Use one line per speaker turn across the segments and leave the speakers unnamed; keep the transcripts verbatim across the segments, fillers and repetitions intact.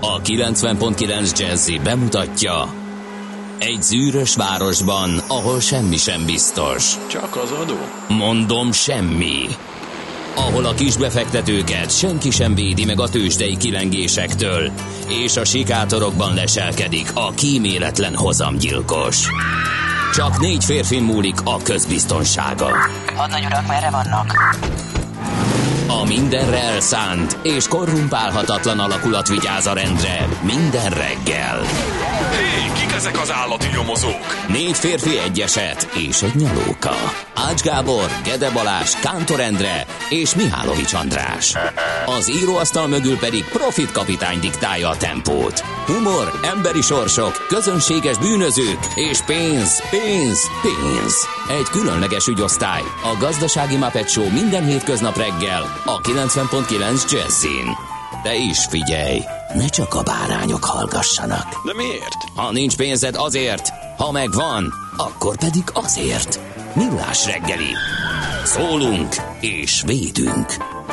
A kilencven pont kilenc Jazzy bemutatja: egy zűrös városban, ahol semmi sem biztos.
Csak az adó?
Mondom, semmi. Ahol a kisbefektetőket senki sem védi meg a tőzsdei kilengésektől, és a sikátorokban leselkedik a kíméletlen hozamgyilkos. Csak négy férfin múlik a közbiztonsága.
Hadnagy urak, merre vannak?
A mindenre elszánt és korrumpálhatatlan alakulat vigyáz a rendre minden reggel.
Hé, kik ezek az állati nyomozók?
Négy férfi, egy eset és egy nyalóka. Ács Gábor, Gede Balázs, Kántor Endre és Mihálovics András. Az íróasztal mögül pedig Profit kapitány diktálja a tempót. Humor, emberi sorsok, közönséges bűnözők és pénz, pénz, pénz. Egy különleges ügyosztály, a Gazdasági Muppet Show minden hétköznap reggel a kilencven pont kilenc Jazzin. De is figyelj, ne csak a bárányok hallgassanak.
De miért?
Ha nincs pénzed, azért, ha megvan, akkor pedig azért. Millás reggeli. Szólunk és védünk.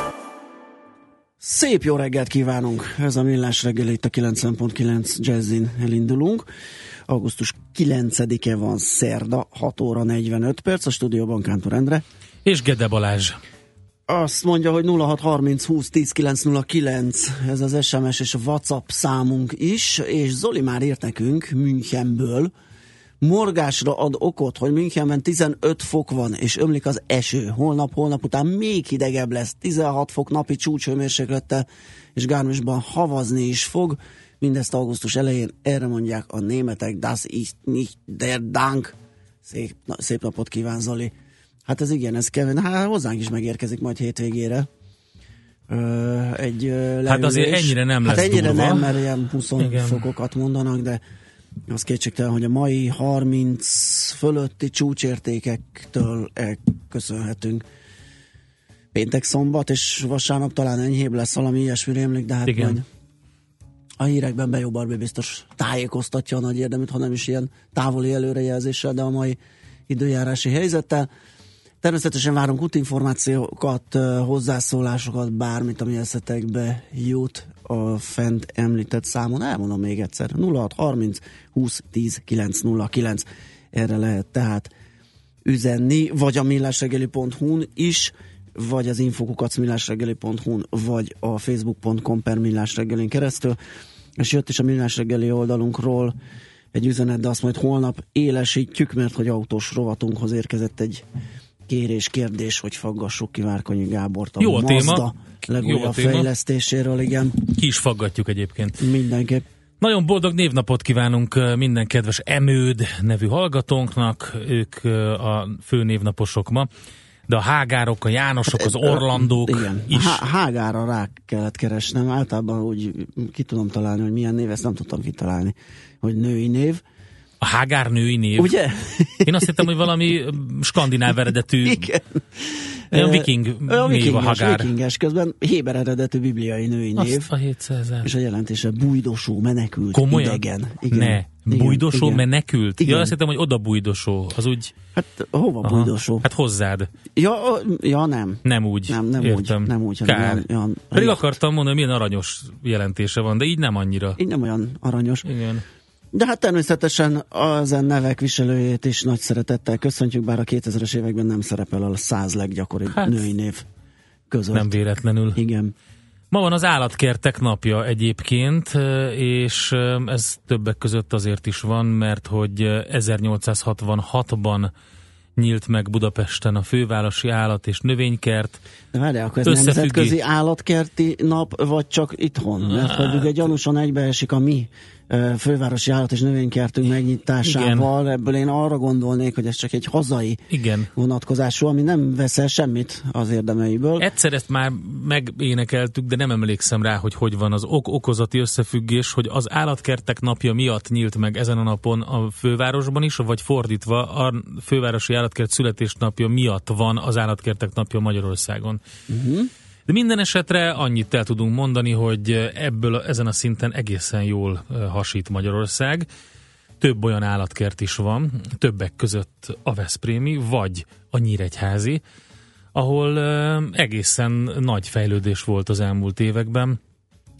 Szép jó reggelt kívánunk! Ez a Millás reggeli, itt a kilencven pont kilenc Jazzin elindulunk. augusztus kilencedike van, szerda, hat óra negyvenöt perc, a stúdióban Kántor Endre.
És Gede Balázs.
Azt mondja, hogy nulla hat harminc húsz tíz kilenc nulla kilenc, ez az es em es és a WhatsApp számunk is, és Zoli már írt nekünk Münchenből. Morgásra ad okot, hogy Münchenben tizenöt fok van, és ömlik az eső. Holnap, holnap után még hidegebb lesz, tizenhat fok napi csúcshőmérséklettel, és Garmischban havazni is fog. Mindezt augusztus elején, erre mondják a németek, das ist nicht der Dank. Szép, na, szép napot kíván, Zoli. Hát ez igen, ez kell, hát hozzánk is megérkezik majd hétvégére. Ö, egy leülés. Hát
azért ennyire nem lesz
hát ennyire
durva.
nem, mert ilyen húsz
igen.
fokokat mondanak, de az kétségtelen, hogy a mai harminc fölötti csúcsértékektől elköszönhetünk. Péntek, szombat és vasárnap talán enyhébb lesz, valami ilyesmi rémlik, de hát igen. Majd a hírekben Bejó Barbi biztos tájékoztatja a nagy érdeműt, ha nem is ilyen távoli előrejelzéssel, de a mai időjárási helyzettel. Természetesen várunk útinformációkat, hozzászólásokat, bármit, ami eszetekbe jut a fent említett számon. Elmondom még egyszer, nulla hat harminc húsz tíz kilenc nulla kilenc. Erre lehet tehát üzenni, vagy a millásreggeli pont hu-n is, vagy az infokukac millásreggeli pont hu-n, vagy a facebook pont com per millásreggelin keresztül. És jött is a millásreggeli oldalunkról egy üzenet, de azt majd holnap élesítjük, mert hogy autós rovatunkhoz érkezett egy kérés, kérdés, hogy faggassuk ki Várkonyi Gábort a
jó a
Mazda
téma.
legújabb fejlesztéséről, igen.
Ki is faggatjuk egyébként.
Mindenképp.
Nagyon boldog névnapot kívánunk minden kedves Emőd nevű hallgatónknak, ők a fő névnaposok ma, de a Hágárok, a Jánosok, az Orlandók
igen.
is.
Há- Hágára rá kellett keresnem, általában úgy ki tudom találni, hogy milyen név, ezt nem tudtam kitalálni, hogy női név.
A Hágár női név.
Ugye?
Én azt hittem, hogy valami skandináv eredetű,
igen.
olyan viking
a
név a Hágár.
Vikinges, közben héber eredetű bibliai női név.
Azt a hétszázezer.
És a jelentése bújdosó, menekült,
komolyan?
idegen. Igen.
Ne,
igen.
bújdosó,
igen.
menekült?
Igen.
Ja, azt hittem, hogy oda bújdosó, az úgy...
Hát hova
Aha.
bújdosó?
Hát hozzád.
Ja, ja nem.
Nem úgy.
Nem, nem
Értem.
úgy. Nem úgy,
Kár.
olyan, olyan
Pedig
riadt.
akartam mondani, hogy milyen aranyos jelentése van, de így nem annyira.
Így nem olyan aranyos.
Igen.
De hát természetesen az nevek viselőjét is nagy szeretettel köszöntjük, bár a kétezres években nem szerepel a száz leggyakoribb
hát,
női név között.
Nem véletlenül.
Igen.
Ma van az állatkertek napja egyébként, és ez többek között azért is van, mert hogy ezernyolcszázhatvanhatban nyílt meg Budapesten a fővárosi állat- és növénykert.
De várjál, akkor ez
Összefüggés.
nemzetközi állatkerti nap, vagy csak itthon? Mert hogy ugye gyanúsan egybeesik a mi fővárosi állat- és növénykertünk megnyitásával. Igen. Ebből én arra gondolnék, hogy ez csak egy hazai
Igen.
vonatkozású, ami nem veszel semmit az érdemeiből.
Egyszer ezt már megénekeltük, de nem emlékszem rá, hogy hogy van az ok- okozati összefüggés, hogy az állatkertek napja miatt nyílt meg ezen a napon a fővárosban is, vagy fordítva a fővárosi állatkert születésnapja miatt van az állatkertek napja Magyarországon. Uh-huh. De minden esetre annyit el tudunk mondani, hogy ebből ezen a szinten egészen jól hasít Magyarország. Több olyan állatkert is van, többek között a veszprémi, vagy a nyíregyházi, ahol egészen nagy fejlődés volt az elmúlt években.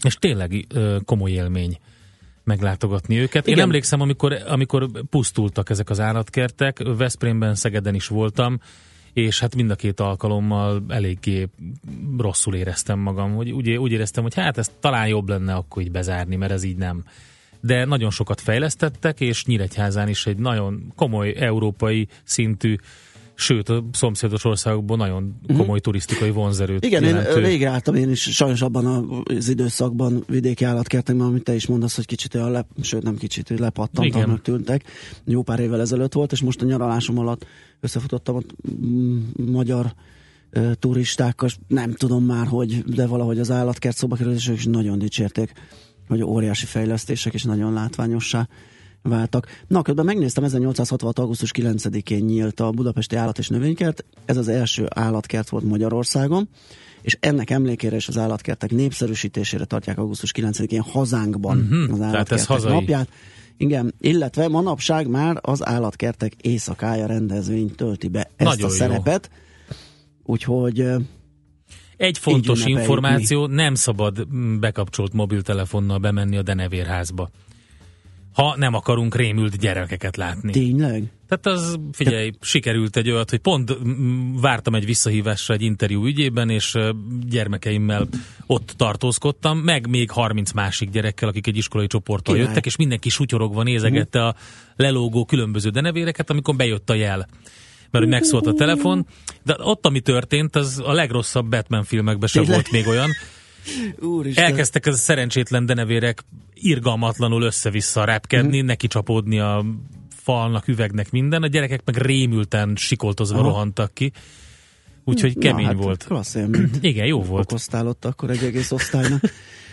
És tényleg ö, komoly élmény meglátogatni őket. Igen. Én emlékszem, amikor, amikor pusztultak ezek az állatkertek, Veszprémben, Szegeden is voltam, és hát mind a két alkalommal eléggé rosszul éreztem magam, hogy úgy, úgy éreztem, hogy hát ez talán jobb lenne akkor így bezárni, mert ez így nem. De nagyon sokat fejlesztettek, és Nyíregyházán is egy nagyon komoly európai szintű, sőt a szomszédos országokból nagyon komoly uh-huh. turisztikai vonzerőt
Igen,
jelentő.
én végigálltam én is sajnos abban az időszakban vidéki állatkertekben, amit te is mondasz, hogy kicsit olyan lep, sőt nem kicsit, hogy lepattantanak tűntek. Jó pár évvel ezelőtt volt, és most a nyaralásom alatt összefutottam ott m- magyar e, turistákkal, nem tudom már, hogy, de valahogy az állatkert szóba került, és ők is nagyon dicsérték, hogy óriási fejlesztések, és nagyon látványossá váltak. Na, közben megnéztem, ezernyolcszázhatvanhat. augusztus kilencedikén nyílt a Budapesti Állat- és Növénykert. Ez az első állatkert volt Magyarországon, és ennek emlékére és az állatkertek népszerűsítésére tartják augusztus kilencedikén hazánkban uh-huh. az állatkertek napját. Igen, illetve manapság már az állatkertek éjszakája rendezvény tölti be ezt nagyon a szerepet. Jó. Úgyhogy
egy fontos információ, mi. Nem szabad bekapcsolt mobiltelefonnal bemenni a denevérházba, ha nem akarunk rémült gyerekeket látni.
Tényleg?
Tehát az, figyelj, Te... sikerült egy olyat, hogy pont vártam egy visszahívásra egy interjú ügyében, és gyermekeimmel ott tartózkodtam, meg még harminc másik gyerekkel, akik egy iskolai csoporttal Király. jöttek, és mindenki sutyorogva nézegette a lelógó különböző denevéreket, amikor bejött a jel. Mert hogy megszólt a telefon, de ott, ami történt, az a legrosszabb Batman filmekben sem volt még olyan. Úristen. Elkezdtek ez a szerencsétlen denevérek irgalmatlanul össze-vissza repkedni, hmm. neki csapódni a falnak, üvegnek, minden. A gyerekek meg rémülten sikoltozva Aha. rohantak ki. Úgyhogy kemény hát, volt.
Klassz élményt.
Igen, jó volt.
Okoztál ott akkor egy egész osztálynak.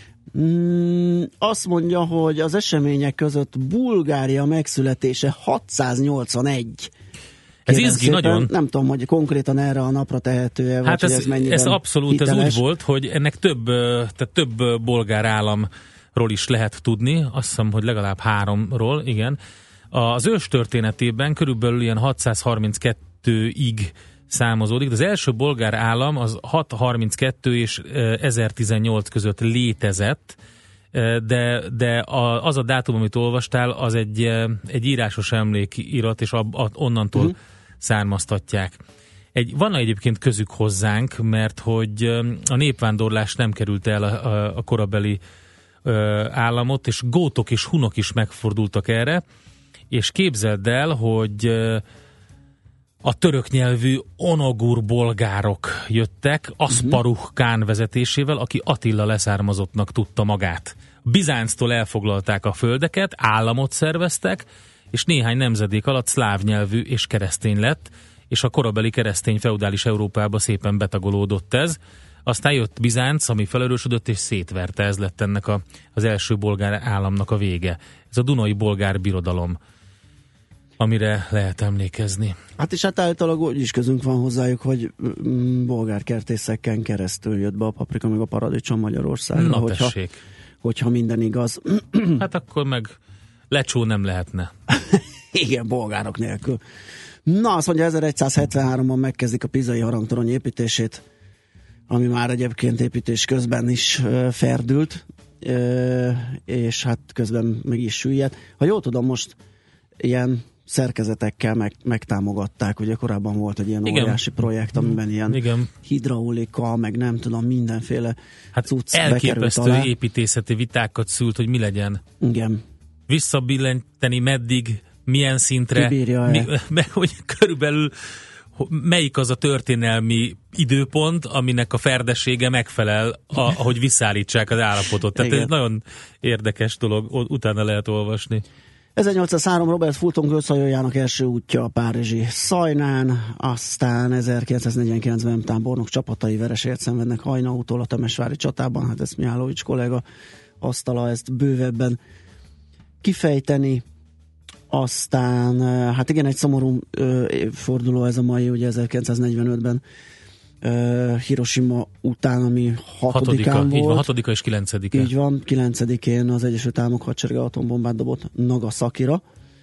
Mm, azt mondja, hogy az események között Bulgária megszületése hatszáznyolcvanegy.
Ez izgi szépen. Nagyon.
Nem tudom, hogy konkrétan erre a napra tehető-e,
hát
vagy
ez,
ez mennyiben
ez abszolút,
hiteles.
Ez úgy volt, hogy ennek több, tehát több bolgár államról is lehet tudni, azt hiszem, hogy legalább háromról, igen. Az ős történetében körülbelül ilyen hatszázharminckettőig számozódik, de az első bolgár állam az hatszázharminckettő és ezertizennyolc között létezett, de, de az a dátum, amit olvastál, az egy, egy írásos emlékirat, és ab, onnantól uh-huh. származtatják. Egy, van egyébként közük hozzánk, mert hogy a népvándorlás nem került el a, a, a korabeli ö, államot, és gótok és hunok is megfordultak erre, és képzeld el, hogy a török nyelvű onogur bolgárok jöttek, Asparuh Kán vezetésével, aki Attila leszármazottnak tudta magát. Bizánctól elfoglalták a földeket, államot szerveztek, és néhány nemzedék alatt szláv nyelvű és keresztény lett, és a korabeli keresztény feudális Európába szépen betagolódott ez. Aztán jött Bizánc, ami felerősödött és szétverte, ez lett ennek a, az első bolgár államnak a vége. Ez a Dunai Bolgár Birodalom, amire lehet emlékezni.
Hát és hát általában úgy is közünk van hozzájuk, hogy bolgárkertészeken keresztül jött be a paprika meg a paradicsom Magyarországra.
Na
hogyha,
tessék.
Hogyha minden igaz.
Hát akkor meg lecsó nem lehetne.
Igen, bolgárok nélkül. Na, azt mondja, ezeregyszázhetvenháromban megkezdik a Pisai harangtorony építését, ami már egyébként építés közben is uh, ferdült, uh, és hát közben meg is süllyedt. Ha jól tudom, most ilyen szerkezetekkel meg, megtámogatták, ugye korábban volt egy ilyen Igen. óriási projekt, amiben ilyen Igen. hidraulika, meg nem tudom, mindenféle
hát
cucc
elképesztő építészeti vitákat szült, hogy mi legyen.
Igen.
Visszabillenteni meddig, milyen szintre, mi, meg hogy körülbelül melyik az a történelmi időpont, aminek a ferdessége megfelel, a, ahogy visszaállítsák az állapotot. Tehát Igen. ez nagyon érdekes dolog, utána lehet olvasni.
ezernyolcszázhárom Robert Fulton gőzhajójának első útja a párizsi Szajnán, aztán ezerkilencszáznegyvenkilencben tábornok csapatai vereséget szenvednek Hajnaútól a Temesvári csatában, hát ezt Mihálovics kolléga asztala ezt bővebben kifejteni. Aztán, hát igen, egy szomorú ö, forduló ez a mai, ugye ezerkilencszáznegyvenötben ö, Hiroshima után, ami hatodikán volt.
Így van, hatodika és kilencedike.
Így van, kilencedikén az Egyesült Államok hadserege atombombát dobott Nagasakira,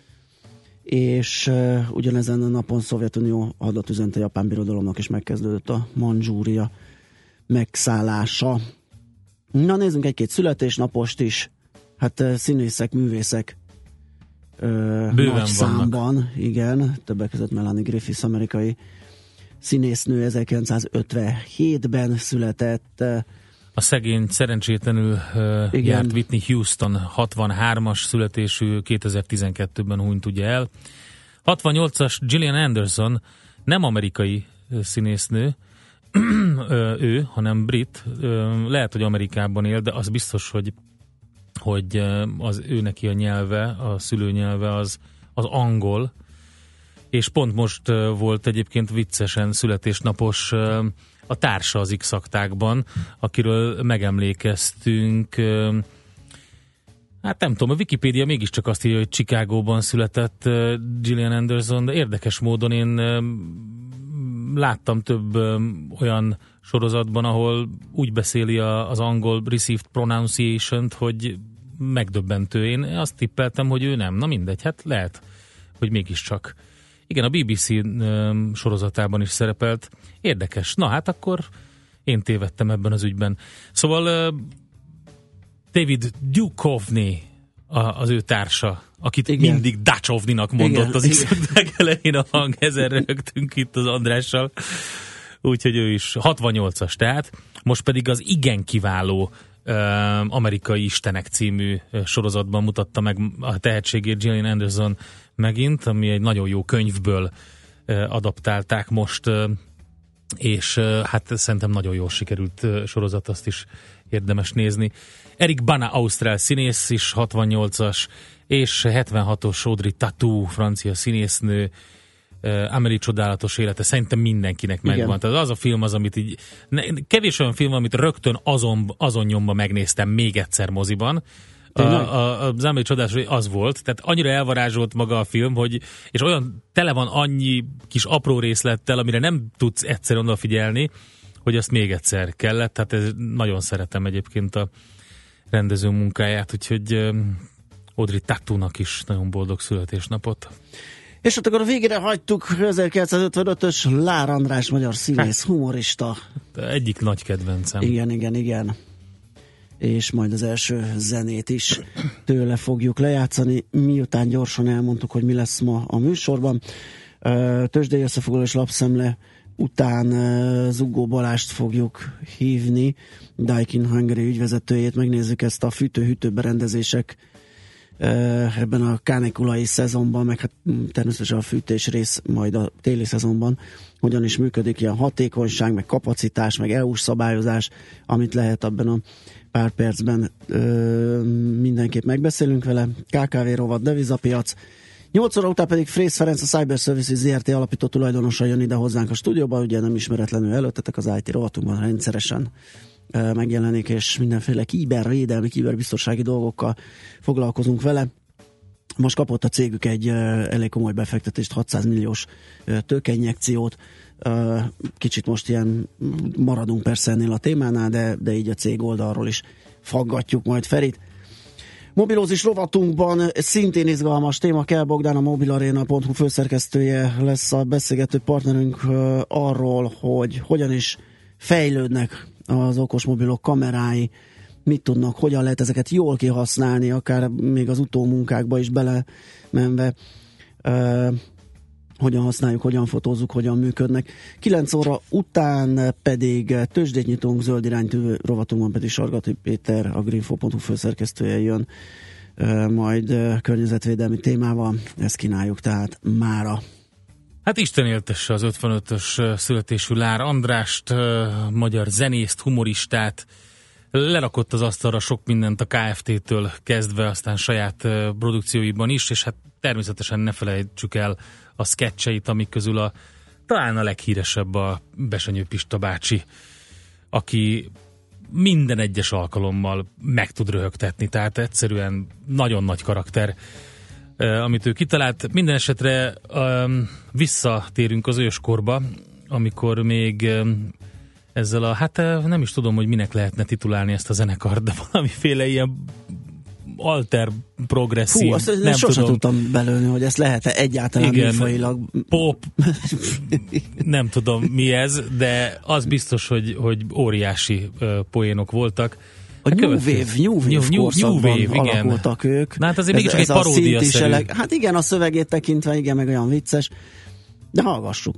és ö, ugyanezen a napon Szovjetunió hadat üzente a Japán birodalomnak, és megkezdődött a Mandzsúria megszállása. Na nézzünk egy-két születésnapost is. Hát színészek, művészek
bőven
nagy számban.
vannak.
Igen, többek között Melanie Griffiths, amerikai színésznő, ezerkilencszázötvenhétben született.
A szegény szerencsétlenül uh, járt Whitney Houston, hatvanhármas születésű, kétezer-tizenkettőben hunyt ugye el. hatvannyolcas Gillian Anderson, nem amerikai színésznő, ő, hanem brit, lehet, hogy Amerikában él, de az biztos, hogy, hogy az ő neki a nyelve, a szülőnyelve az, az angol, és pont most volt egyébként viccesen születésnapos a társa az X-aktákban, akiről megemlékeztünk. Hát nem tudom, a Wikipédia mégiscsak azt írja, hogy Chicagóban született Gillian Anderson, de érdekes módon én láttam több olyan sorozatban, ahol úgy beszéli az angol received pronunciation-t, hogy megdöbbentő. Én azt tippeltem, hogy ő nem. Na mindegy, hát lehet, hogy mégiscsak. Igen, a bé bé cé sorozatában is szerepelt. Érdekes. Na hát akkor én tévedtem ebben az ügyben. Szóval David Duchovny az ő társa, akit igen. mindig Duchovnynak mondott igen, az X-akták elején a hang, ezen rögtünk itt az Andrással. Úgyhogy ő is hatvannyolcas, tehát most pedig az igen kiváló uh, Amerikai Istenek című sorozatban mutatta meg a tehetségét Gillian Anderson megint, ami egy nagyon jó könyvből uh, adaptálták most, uh, és uh, hát szerintem nagyon jól sikerült uh, sorozat, azt is érdemes nézni. Eric Bana, ausztrál színész is hatvannyolcas, és hetvenhatos Audrey Tautou, francia színésznő, uh, Amélie csodálatos élete, szerintem mindenkinek igen. megvan. Tehát az a film az, amit így, ne, kevés olyan film, amit rögtön azon, azon nyomba megnéztem még egyszer moziban. A, a, az Amélie csodálatos az volt, tehát annyira elvarázsolt maga a film, hogy, és olyan tele van annyi kis apró részlettel, amire nem tudsz egyszer odafigyelni, hogy azt még egyszer kellett. Tehát ez, nagyon szeretem egyébként a rendező munkáját, úgyhogy um, Audrey Tautounak is nagyon boldog születésnapot.
És ott akkor a végére hagytuk ezerkilencszázötvenötös Lár András, magyar színész, hát, humorista.
Egyik nagy kedvencem.
Igen, igen, igen. És majd az első zenét is tőle fogjuk lejátszani, miután gyorsan elmondtuk, hogy mi lesz ma a műsorban. Tőzsdei összefoglaló és lapszemle után Zugó Balást fogjuk hívni, Daikin Hungary ügyvezetőjét, megnézzük ezt a fűtő-hűtő berendezések ebben a kánikulai szezonban, meg hát természetesen a fűtés rész majd a téli szezonban, hogyan is működik ilyen hatékonyság, meg kapacitás, meg é u-s szabályozás, amit lehet abban a pár percben ö, mindenképp megbeszélünk vele. ká ká vé rovat, devizapiac. nyolc óra után pedig Frész Ferenc, a Cyber Services zé er té alapító tulajdonosa jön ide hozzánk a stúdióba, ugye nem ismeretlenül előttetek, az i té rovatunkban rendszeresen ö, megjelenik, és mindenféle kibervédelmi, kiberbiztonsági dolgokkal foglalkozunk vele. Most kapott a cégük egy ö, elég komoly befektetést, hatszáz milliós ö, tőkeinjekciót. Ö, kicsit most ilyen maradunk persze ennél a témánál, de, de így a cég oldalról is faggatjuk majd Ferit. Mobilózis rovatunkban szintén izgalmas téma, Kell Bogdán, a mobilarena pont hu főszerkesztője lesz a beszélgető partnerünk uh, arról, hogy hogyan is fejlődnek az okosmobilok kamerái, mit tudnak, hogyan lehet ezeket jól kihasználni, akár még az utómunkákba is belemenve, uh, hogyan használjuk, hogyan fotózzuk, hogyan működnek. kilenc óra után pedig tőzsdét nyitunk, zöld iránytű rovatunkban pedig Sargati Péter, a greenfo pont hu főszerkesztője jön majd környezetvédelmi témával. Ezt kínáljuk tehát mára.
Hát Isten éltesse az ötvenötös születésű Lár Andrást, magyar zenészt, humoristát, lerakott az asztalra sok mindent a ká ef té-től kezdve, aztán saját produkcióiban is, és hát természetesen ne felejtsük el a szketcseit, amik közül a, talán a leghíresebb a Besenyő Pista bácsi, aki minden egyes alkalommal meg tud röhögtetni, tehát egyszerűen nagyon nagy karakter, amit ő kitalált. Minden esetre um, visszatérünk az őskorba, amikor még um, ezzel a, hát nem is tudom, hogy minek lehetne titulálni ezt a zenekart, de valamiféle ilyen alter progresszív,
Hú, azt
nem
sosem
tudom.
tudtam belőni, hogy ezt lehet-e egyáltalán műfajilag.
Pop, nem tudom mi ez, de az biztos, hogy, hogy óriási uh, poénok voltak.
A New Wave, New Wave
New,
korszakban
New Wave,
alakultak
igen.
ők.
Na hát azért mégiscsak egy paródia-szerű.
Hát igen, a szövegét tekintve, igen, meg olyan vicces. De hallgassuk.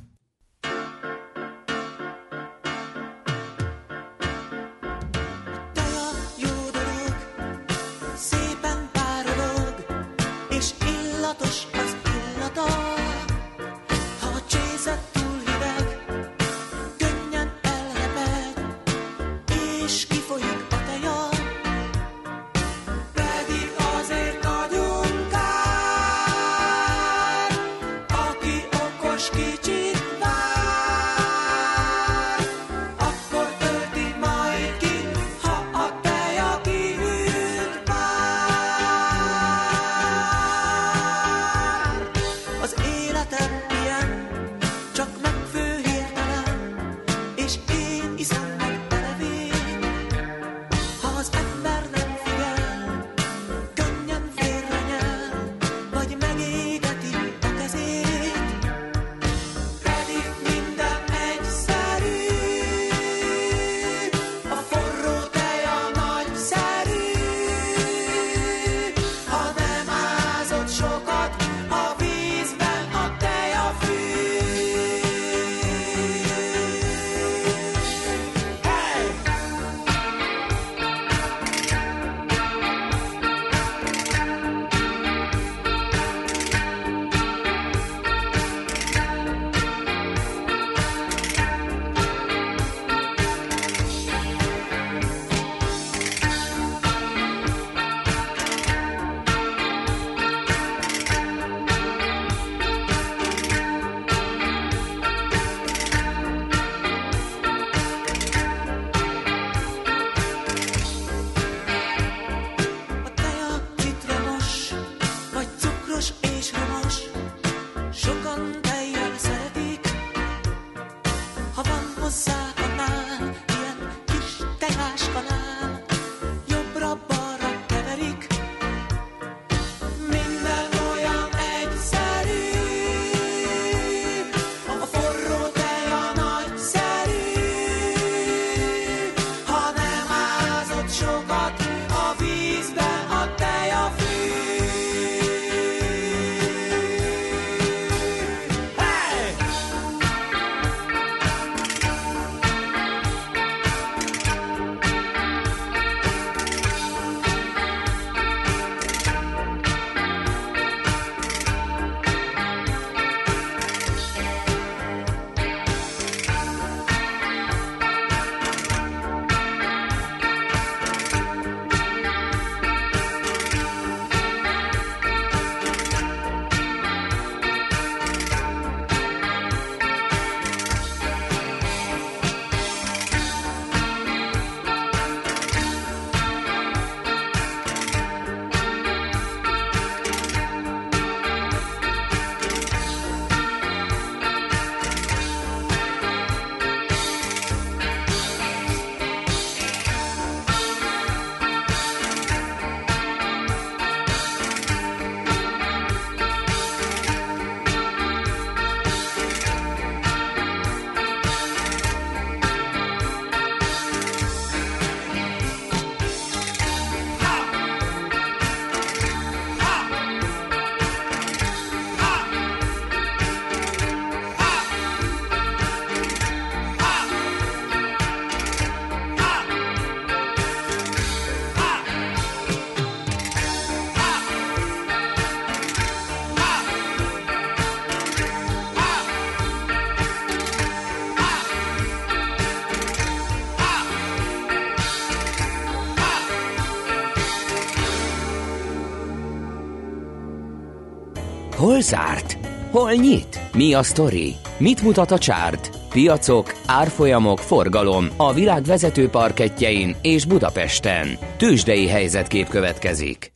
Hol zárt? Hol nyit? Mi a sztori? Mit mutat a csárt? Piacok, árfolyamok, forgalom a világ vezető parkettjein és Budapesten. Tőzsdei helyzetkép következik.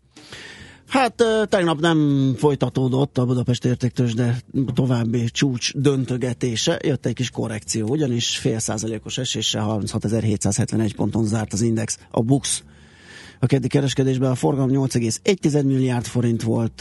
Hát tegnap nem folytatódott a Budapest Értéktőzsde további csúcs döntögetése, jött egy kis korrekció, ugyanis fél százalékos eséssel harminchatezer-hétszázhetvenegy ponton zárt az Index, a BUX. A keddi kereskedésben a forgalom nyolc egész egy milliárd forint volt,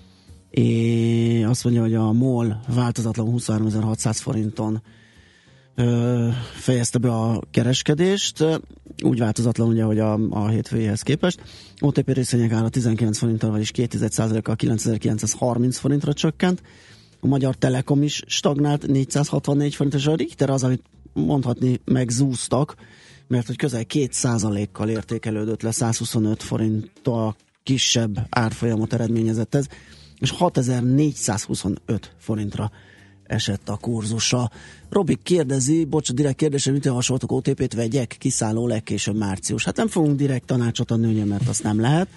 és azt mondja, hogy a MOL változatlan huszonháromezer-hatszáz forinton ö, fejezte be a kereskedést, úgy változatlan ugye, hogy a, a hétfőjéhez képest. o té pé részvények ára tizenkilenc forinttal, vagyis két egész egy százalékkal kilencezer-kilencszázharminc forintra csökkent. A Magyar Telekom is stagnált négyszázhatvannégy forint, és a Richter az, amit mondhatni megzúztak, mert hogy közel két százalékkal értékelődött le, százhuszonöt forinttal kisebb árfolyamot eredményezett ez, és hatezer-négyszázhuszonöt forintra esett a kurzusa. Robi kérdezi, bocs, direkt kérdésem, mit javasoltok, o té pét vegyek, kiszálló legkésőbb március. Hát nem fogunk direkt tanácsot adni, ugye, mert azt nem lehet.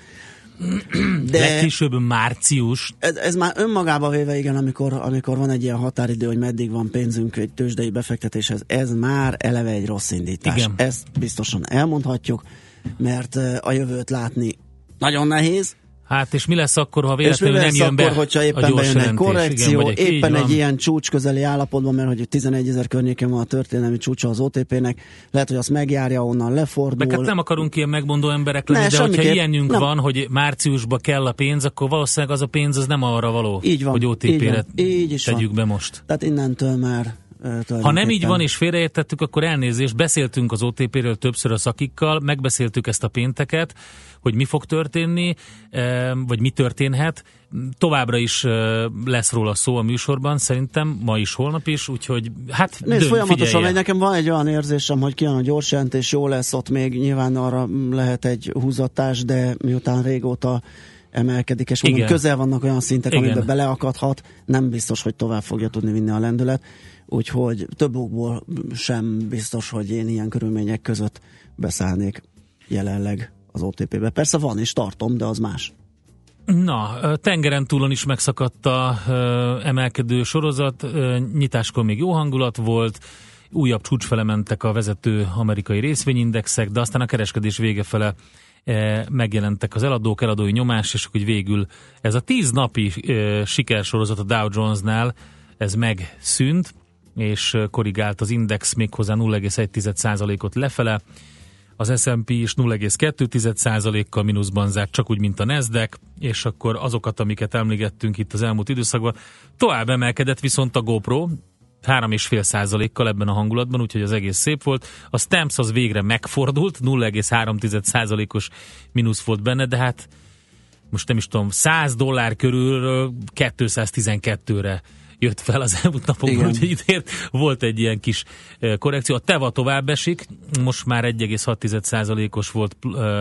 De legkésőbb március.
Ez, ez már önmagában véve, igen, amikor, amikor van egy ilyen határidő, hogy meddig van pénzünk egy tőzsdei befektetéshez, ez már eleve egy rossz indítás. Igen. Ezt biztosan elmondhatjuk, mert a jövőt látni nagyon nehéz.
Hát és mi lesz akkor, ha véletlenül nem jön
akkor,
be
hogyha éppen bejön egy korrekció, igen, egy, éppen egy ilyen csúcs közeli állapotban, mert hogy tizenegyezer környéken van a történelmi csúcsa az o té pének, lehet, hogy azt megjárja, onnan lefordul.
De hát nem akarunk ilyen megmondó emberek lenni, ne, de hogyha ilyenünk van, hogy márciusban kell a pénz, akkor valószínűleg az a pénz az nem arra való, így van, hogy o té pére tegyük van. Be most.
Tehát innentől már
ha nem így van és félreértettük, akkor elnézést, beszéltünk az o té péről többször a szakikkal, megbeszéltük ezt a pénteket, hogy mi fog történni, vagy mi történhet. Továbbra is lesz róla szó a műsorban, szerintem ma is, holnap is, úgyhogy hát
nézd, folyamatosan megy. Nekem van egy olyan érzésem, hogy kijön a gyors jelentés, jó lesz, ott még nyilván arra lehet egy húzatás, de miután régóta emelkedik, és mondom, közel vannak olyan szintek, igen, amiben beleakadhat, nem biztos, hogy tovább fogja tudni vinni a lendület. Úgyhogy több okból sem biztos, hogy én ilyen körülmények között beszállnék jelenleg az o té pébe. Persze van és tartom, de az más.
Na, tengeren túlon is megszakadt a emelkedő sorozat, nyitáskor még jó hangulat volt, újabb csúcsfele mentek a vezető amerikai részvényindexek, de aztán a kereskedés vége fele megjelentek az eladók, eladói nyomás, és akkor végül ez a tíz napi sikersorozat a Dow Jonesnál, ez megszűnt, és korrigált az index méghozzá nulla egész egy százalékot lefele, az es and pé is nulla egész kettő százalékkal mínuszban zárt, csak úgy, mint a Nasdaq, és akkor azokat, amiket emlegettünk itt az elmúlt időszakban, tovább emelkedett viszont a GoPro, három egész öt százalékkal ebben a hangulatban, úgyhogy az egész szép volt. A Stamps az végre megfordult, nulla egész három százalékos mínusz volt benne, de hát most nem is tudom, száz dollár körül kétszáztizenkettőre jött fel az elmúlt napokban, úgyhogy itt volt egy ilyen kis korrekció. A Teva tovább esik, most már egy egész hat százalékos volt,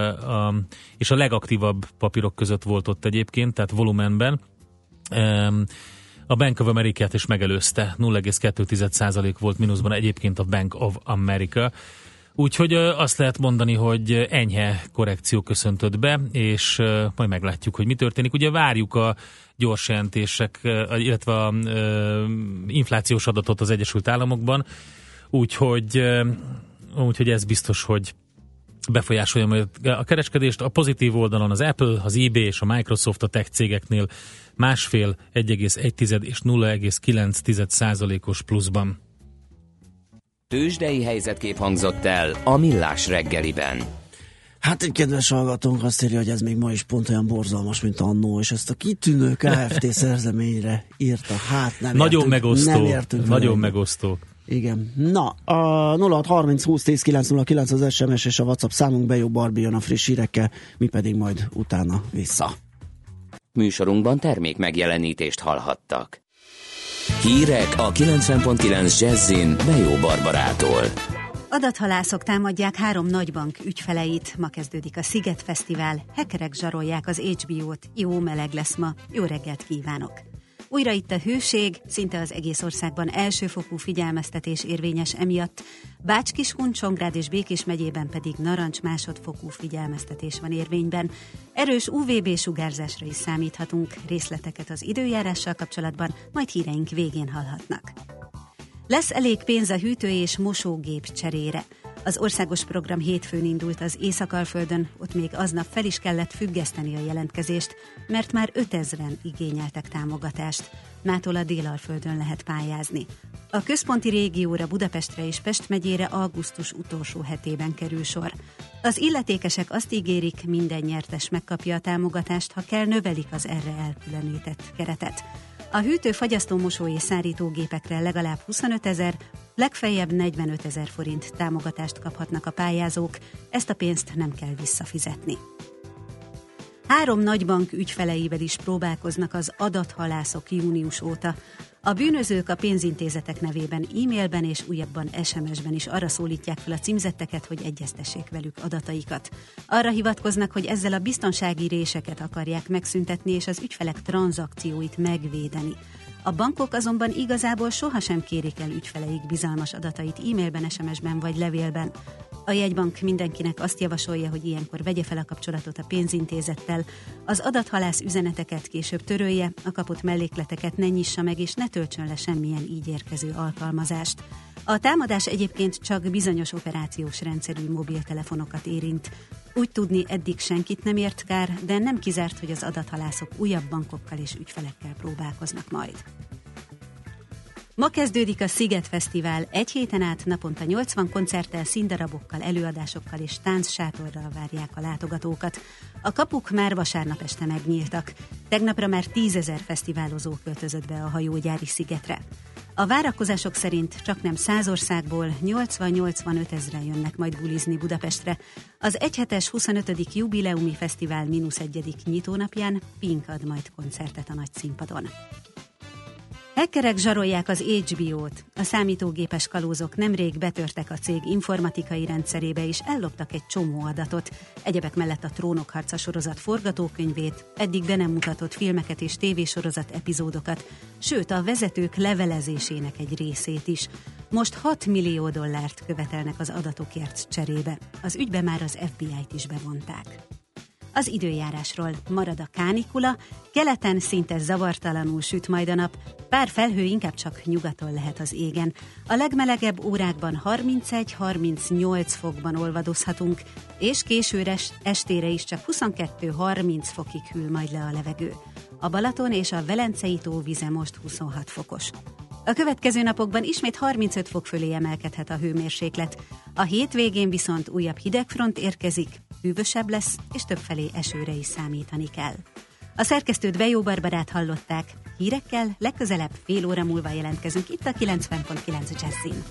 és a legaktívabb papírok között volt ott egyébként, tehát volumenben. A Bank of America-t is megelőzte, nulla egész kettő százalék volt mínuszban egyébként a Bank of America. Úgyhogy azt lehet mondani, hogy enyhe korrekció köszöntött be, és majd meglátjuk, hogy mi történik. Ugye várjuk a gyors jelentések, illetve a inflációs adatot az Egyesült Államokban, úgyhogy, úgyhogy ez biztos, hogy befolyásolja majd a kereskedést. A pozitív oldalon az Apple, az eBay és a Microsoft a tech cégeknél másfél, egy egész egy és nulla egész kilenc százalékos pluszban.
Tőzsdei helyzetkép hangzott el a Millás reggeliben.
Hát egy kedves hallgatónk azt írja, hogy ez még ma is pont olyan borzalmas, mint annó, és ezt a kitűnő Kft. Szerzeményre írta. Hát nem
Nagyon
értünk,
megosztó.
Nem értünk
Nagyon megosztó.
Igen. Na, a nulla hat harminc húsz tíz kilenc nulla kilenc az es em es és a WhatsApp számunk, Bejó Barbi jön a friss hírekkel, mi pedig majd utána vissza.
Műsorunkban termék megjelenítést hallhattak. Hírek a kilencven pont kilenc Jazzin Bejó Barbarától.
Adathalászok támadják három nagybank ügyfeleit. Ma kezdődik a Sziget Fesztivál. Hackerek zsarolják az há bé ó-t. Jó meleg lesz ma. Jó reggelt kívánok! Újra itt a hőség, szinte az egész országban elsőfokú figyelmeztetés érvényes emiatt. Bács-Kiskun, Csongrád és Békés megyében pedig narancs másodfokú figyelmeztetés van érvényben. Erős ú vé bé sugárzásra is számíthatunk. Részleteket az időjárással kapcsolatban majd híreink végén hallhatnak. Lesz elég pénz a hűtő- és mosógép cserére. Az országos program hétfőn indult az Észak-Alföldön, ott még aznap fel is kellett függeszteni a jelentkezést, mert már ötezren igényeltek támogatást. Mától a Dél-Alföldön lehet pályázni. A központi régióra, Budapestre és Pest megyére augusztus utolsó hetében kerül sor. Az illetékesek azt ígérik, minden nyertes megkapja a támogatást, ha kell, növelik az erre elkülönített keretet. A hűtő, fagyasztó, mosó és szárítógépekre legalább huszonötezer, legfeljebb negyvenötezer forint támogatást kaphatnak a pályázók, ezt a pénzt nem kell visszafizetni. Három nagybank ügyfeleivel is próbálkoznak az adathalászok június óta. A bűnözők a pénzintézetek nevében e-mailben és újabban es em es-ben is arra szólítják fel a címzetteket, hogy egyeztessék velük adataikat. Arra hivatkoznak, hogy ezzel a biztonsági réseket akarják megszüntetni és az ügyfelek tranzakcióit megvédeni. A bankok azonban igazából sohasem kérik el ügyfeleik bizalmas adatait e-mailben, es em es-ben vagy levélben. A jegybank mindenkinek azt javasolja, hogy ilyenkor vegye fel a kapcsolatot a pénzintézettel, az adathalász üzeneteket később törölje, a kapott mellékleteket ne nyissa meg és ne töltsön le semmilyen így érkező alkalmazást. A támadás egyébként csak bizonyos operációs rendszerű mobiltelefonokat érint. Úgy tudni, eddig senkit nem ért kár, de nem kizárt, hogy az adathalászok újabb bankokkal és ügyfelekkel próbálkoznak majd. Ma kezdődik a Sziget Fesztivál. Egy héten át naponta nyolcvan koncerttel, színdarabokkal, előadásokkal és táncsátorral várják a látogatókat. A kapuk már vasárnap este megnyíltak. Tegnapra már tízezer fesztiválozó költözött be a hajógyári szigetre. A várakozások szerint csaknem száz országból nyolcvan-nyolcvanöt ezren jönnek majd bulizni Budapestre. Az egyhetes huszonötödik jubileumi fesztivál mínusz egyedik nyitónapján Pink ad majd koncertet a nagy színpadon. Hackerek zsarolják az há bé ó-t. A számítógépes kalózok nemrég betörtek a cég informatikai rendszerébe és elloptak egy csomó adatot. Egyebek mellett a Trónok harca sorozat forgatókönyvét, eddig be nem mutatott filmeket és tévésorozat epizódokat, sőt a vezetők levelezésének egy részét is. Most hat millió dollárt követelnek az adatokért cserébe. Az ügybe már az ef bé i-t is bevonták. Az időjárásról: marad a kánikula, keleten szinte zavartalanul süt majd a nap, pár felhő inkább csak nyugaton lehet az égen. A legmelegebb órákban harmincegy-harmincnyolc fokban olvadozhatunk, és későre estére is csak huszonkettő-harminc fokig hűl majd le a levegő. A Balaton és a Velencei tó vize most huszonhat fokos. A következő napokban ismét harmincöt fok fölé emelkedhet a hőmérséklet. A hétvégén viszont újabb hidegfront érkezik, hűvösebb lesz, és többfelé esőre is számítani kell. A szerkesztőt Bejó Barbarát hallották, hírekkel legközelebb fél óra múlva jelentkezünk itt a kilencven pont kilenc Jazzin.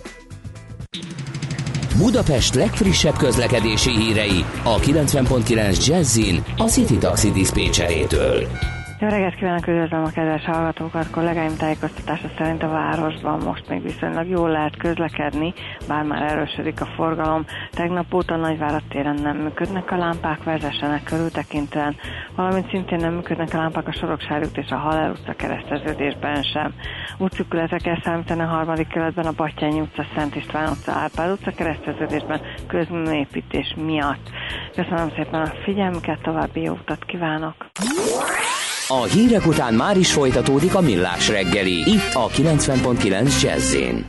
Budapest legfrissebb közlekedési hírei a kilencven pont kilenc Jazzin a City Taxi diszpécserétől.
Jó reggelt kívánok, üdvözlöm a kedves hallgatókat! Kollégáim tájékoztatása szerint a városban most még viszonylag jól lehet közlekedni, bár már erősödik a forgalom. Tegnap óta Nagyvárad téren nem működnek a lámpák, vezessenek körültekintően, valamint szintén nem működnek a lámpák a Soroksári út és a Haller utca kereszteződésben sem. Útszűkületre kell számítani a harmadik kerületben a Batthyány utca, Szent István utca, Árpád utca kereszteződésben közműépítés miatt. Köszönöm szépen a figyelmüket, további jó utat kívánok!
A hírek után már is folytatódik a Millás reggeli, itt a kilencven pont kilenc Jazzin.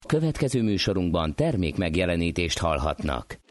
Következő műsorunkban termék megjelenítést hallhatnak.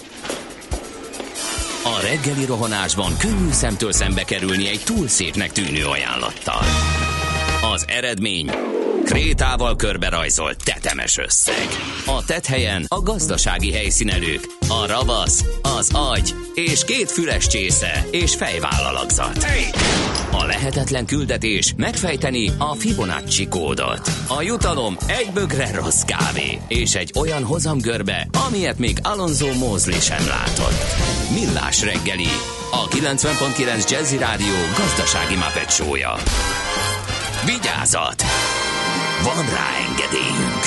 A reggeli rohanásban könnyű szemtől szembe kerülni egy túl szépnek tűnő ajánlattal. Az eredmény... krétával körberajzolt tetemes összeg. A tetthelyen a gazdasági helyszínelők, a ravasz, az agy és két füles csésze és fejvállalakzat. A lehetetlen küldetés megfejteni a Fibonacci kódot. A jutalom egy bögre rossz kávé és egy olyan hozamgörbe, amilyet még Alonso Mosley sem látott. Millás reggeli, a kilencven pont kilenc Jazzy Rádió gazdasági Muppet show-ja. Vigyázat! Van rá engedélyünk!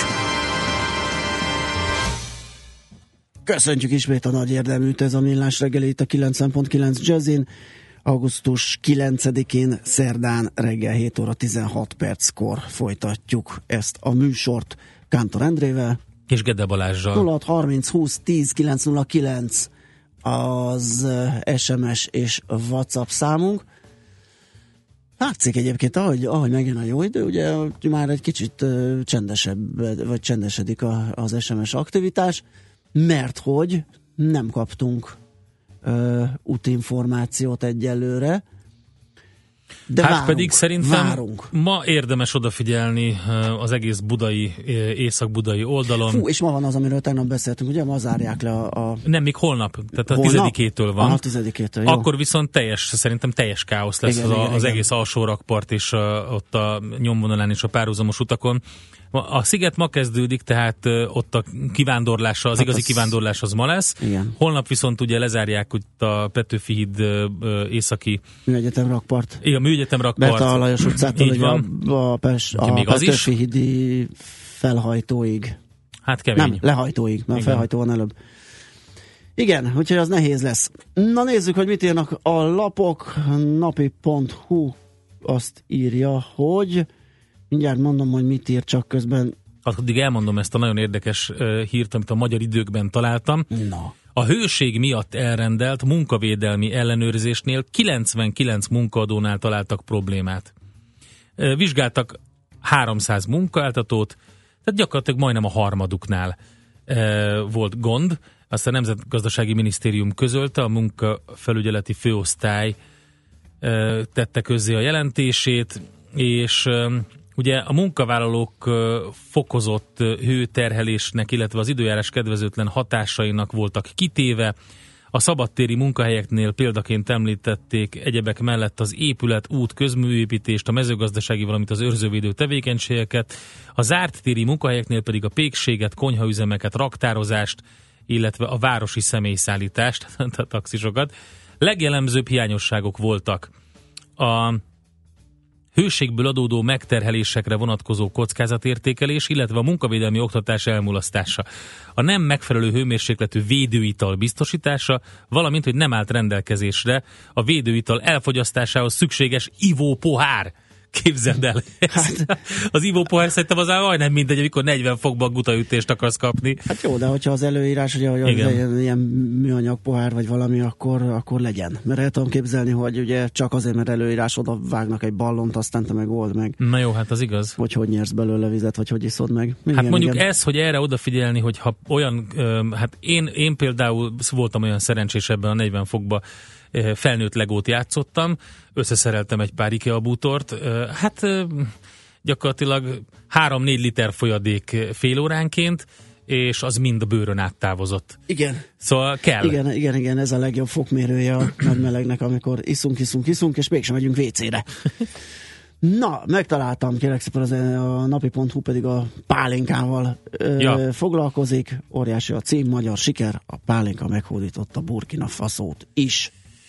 Köszöntjük ismét a nagy érdeműt, ez a Millás reggeli itt a kilencven pont kilenc Jazzin. augusztus kilencedikén szerdán reggel hét óra tizenhat perckor folytatjuk ezt a műsort Kántor Endrével
és Gede Balázsral.
nulla hat harminc húsz tíz kilenc nulla kilenc az es em es és WhatsApp számunk. Látszik egyébként, ahogy, ahogy megjön a jó idő, ugye már egy kicsit uh, csendesebb, vagy csendesedik a, az es em es aktivitás, mert hogy nem kaptunk uh, útinformációt egyelőre, de
hát
várunk,
pedig szerintem
várunk.
Ma érdemes odafigyelni az egész budai, észak-budai oldalon.
Fú, és ma van az, amiről tegnap beszéltünk, ugye ma zárják le a... a...
Nem, még holnap, tehát a
holnap?
tizedikétől van.
A tizedikétől, jó.
Akkor viszont teljes, szerintem teljes káosz lesz igen, az, igen, az igen. egész alsó rakpart és a, ott a nyomvonalán és a párhuzamos utakon. A sziget ma kezdődik, tehát ott a kivándorlása, az hát igazi az... kivándorlás az ma lesz. Igen. Holnap viszont ugye lezárják ott a Petőfi híd északi...
Műegyetem rakpart.
Igen, Műegyetem rakpart.
Berta Alajos utcától, ugye a, a, Pest, a Petőfi hídi felhajtóig.
Hát kemény.
Nem, lehajtóig, mert a felhajtó van előbb. Igen, úgyhogy az nehéz lesz. Na nézzük, hogy mit írnak a lapok. napi pont hu azt írja, hogy mindjárt mondom, hogy mit ír, csak közben...
Addig elmondom ezt a nagyon érdekes uh, hírt, amit a Magyar Időkben találtam.
Na.
A hőség miatt elrendelt munkavédelmi ellenőrzésnél kilencvenkilenc munkaadónál találtak problémát. Uh, vizsgáltak háromszáz munkáltatót, tehát gyakorlatilag majdnem a harmaduknál uh, volt gond. Azt a Nemzetgazdasági Minisztérium közölte, a munkafelügyeleti főosztály uh, tette közzé a jelentését, és... Uh, Ugye a munkavállalók fokozott hőterhelésnek, illetve az időjárás kedvezőtlen hatásainak voltak kitéve. A szabadtéri munkahelyeknél példaként említették egyebek mellett az épület, út, közműépítést, a mezőgazdasági, valamint az őrzővédő tevékenységeket. A zárt téri munkahelyeknél pedig a pékséget, konyhaüzemeket, raktározást, illetve a városi személyszállítást, a taxisokat. Legjellemzőbb hiányosságok voltak a hőségből adódó megterhelésekre vonatkozó kockázatértékelés, illetve a munkavédelmi oktatás elmulasztása. A nem megfelelő hőmérsékletű védőital biztosítása, valamint, hogy nem állt rendelkezésre a védőital elfogyasztásához szükséges ivópohár. Képzeld el. Hát, az ivópohár szerintem az majdnem mindegy, amikor negyven fokban gutaütést akarsz kapni.
Hát jó, de hogyha az előírás, ugye, hogy legyen ilyen műanyag pohár vagy valami, akkor, akkor legyen. Mert el tudom képzelni, hogy ugye csak azért, mert előírás, oda vágnak egy ballont, aztán te meg old meg.
Na jó, hát az igaz.
Hogy hogy nyersz belőle vizet, vagy hogy iszod meg.
Igen, hát mondjuk igen. Ez, hogy erre odafigyelni, hogyha olyan, hát én, én például voltam olyan szerencsés ebben a negyven fokban, felnőtt legót játszottam, összeszereltem egy pár IKEA bútort, hát gyakorlatilag három-négy liter folyadék fél óránként, és az mind a bőrön áttávozott.
Igen.
Szóval kell.
Igen, igen, igen, ez a legjobb fokmérője a nagy melegnek, amikor iszunk, iszunk, iszunk, és mégsem megyünk vécére. Na, megtaláltam, kérlek szépen, az a napi pont hu pedig a pálinkával ja. ö, foglalkozik. Óriási a cím, magyar siker, a pálinka meghódította Burkina Faszót is.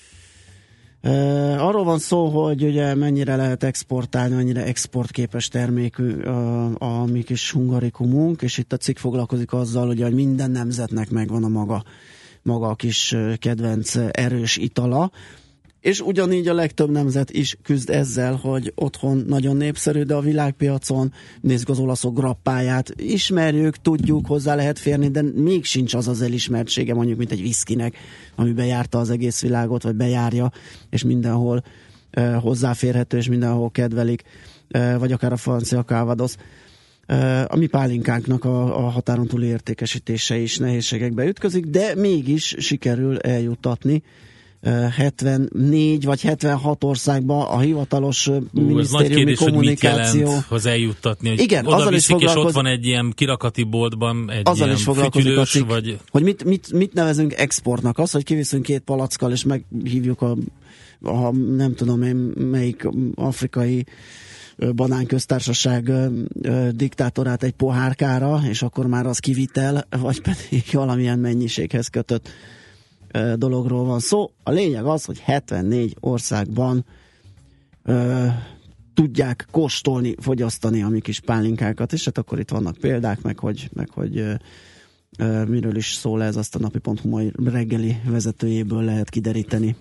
Uh, arról van szó, hogy ugye mennyire lehet exportálni, mennyire exportképes termékű uh, a mi kis hungarikumunk, és itt a cikk foglalkozik azzal, ugye, hogy minden nemzetnek megvan a maga, maga a kis uh, kedvenc uh, erős itala, és ugyanígy a legtöbb nemzet is küzd ezzel, hogy otthon nagyon népszerű, de a világpiacon, nézzük az olaszok grappáját, ismerjük, tudjuk, hozzá lehet férni, de még sincs az az elismertsége, mondjuk, mint egy viszkinek, ami bejárta az egész világot, vagy bejárja, és mindenhol uh, hozzáférhető, és mindenhol kedvelik, uh, vagy akár a francia Calvados. a mi pálinkánknak a, a határon túli értékesítése is nehézségekbe ütközik, de mégis sikerül eljuttatni hetvennégy vagy hetvenhat országban a hivatalos Ú, minisztériumi kérdés, kommunikáció.
Hogy mit jelent, eljuttatni, hogy
igen,
oda viszik, és ott van egy ilyen kirakati boltban egy azzal ilyen fütyülős, cikk, vagy...
hogy mit, mit, mit nevezünk exportnak. Az, hogy kiviszünk két palackkal, és meghívjuk a, a nem tudom én melyik afrikai banánköztársaság diktátorát egy pohárkára, és akkor már az kivitel, vagy pedig valamilyen mennyiséghez kötött dologról van szó. A lényeg az, hogy hetvennégy országban ö, tudják kóstolni, fogyasztani a mi kis pálinkákat, és hát akkor itt vannak példák, meg hogy, meg hogy ö, ö, miről is szól ez, azt a napi pont hu mai reggeli vezetőjéből lehet kideríteni.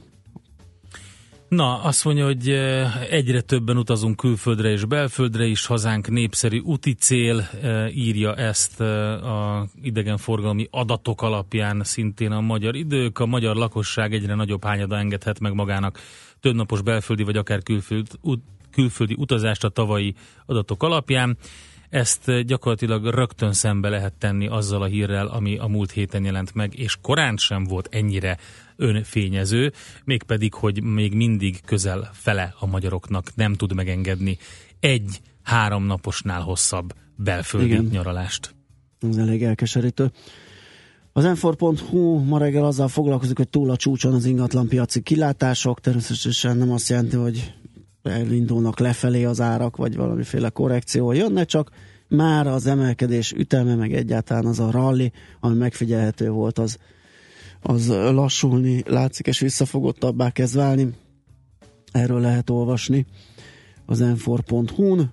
Na, azt mondja, hogy egyre többen utazunk külföldre és belföldre is, hazánk népszerű úti cél, írja ezt a idegenforgalmi adatok alapján szintén a Magyar Idők. A magyar lakosság egyre nagyobb hányada engedhet meg magának többnapos belföldi vagy akár külföld, külföldi utazást a tavalyi adatok alapján. Ezt gyakorlatilag rögtön szembe lehet tenni azzal a hírrel, ami a múlt héten jelent meg, és korán sem volt ennyire önfényező, mégpedig, hogy még mindig közel fele a magyaroknak nem tud megengedni egy három naposnál hosszabb belföldi igen. nyaralást.
Ez elég elkeserítő. Az em négy pont hu ma reggel azzal foglalkozik, hogy túl a csúcson az ingatlanpiaci kilátások, természetesen nem azt jelenti, hogy elindulnak lefelé az árak, vagy valamiféle korrekció jönne, csak már az emelkedés üteme, meg egyáltalán az a ralli, ami megfigyelhető volt, az, az lassulni látszik, és visszafogottabbá kezd válni. Erről lehet olvasni az em négy pont hu-n.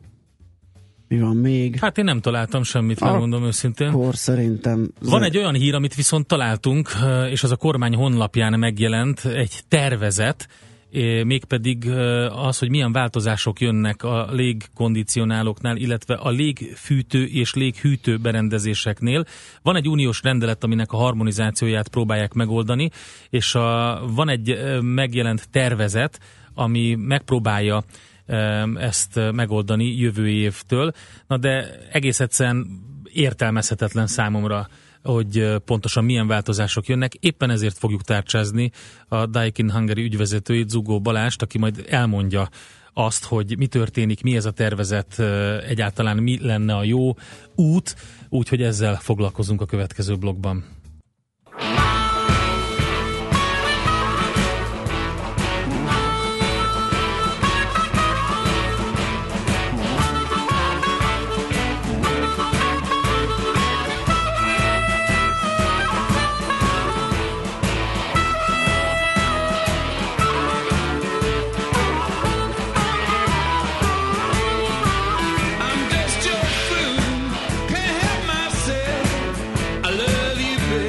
Mi van még?
Hát én nem találtam semmit, megmondom őszintén.
Akkor szerintem...
Van egy olyan hír, amit viszont találtunk, és az a kormány honlapján megjelent, egy tervezet, mégpedig az, hogy milyen változások jönnek a légkondicionálóknál, illetve a légfűtő és léghűtő berendezéseknél. Van egy uniós rendelet, aminek a harmonizációját próbálják megoldani, és a, van egy megjelent tervezet, ami megpróbálja ezt megoldani jövő évtől. Na de egész egyszerűen értelmezhetetlen számomra, hogy pontosan milyen változások jönnek. Éppen ezért fogjuk tárcsázni a Daikin Hungary ügyvezetőjét, Zugó Balást, aki majd elmondja azt, hogy mi történik, mi ez a tervezet, egyáltalán mi lenne a jó út, úgyhogy ezzel foglalkozunk a következő blogban.
I'm just your fool, can't help myself. I love you.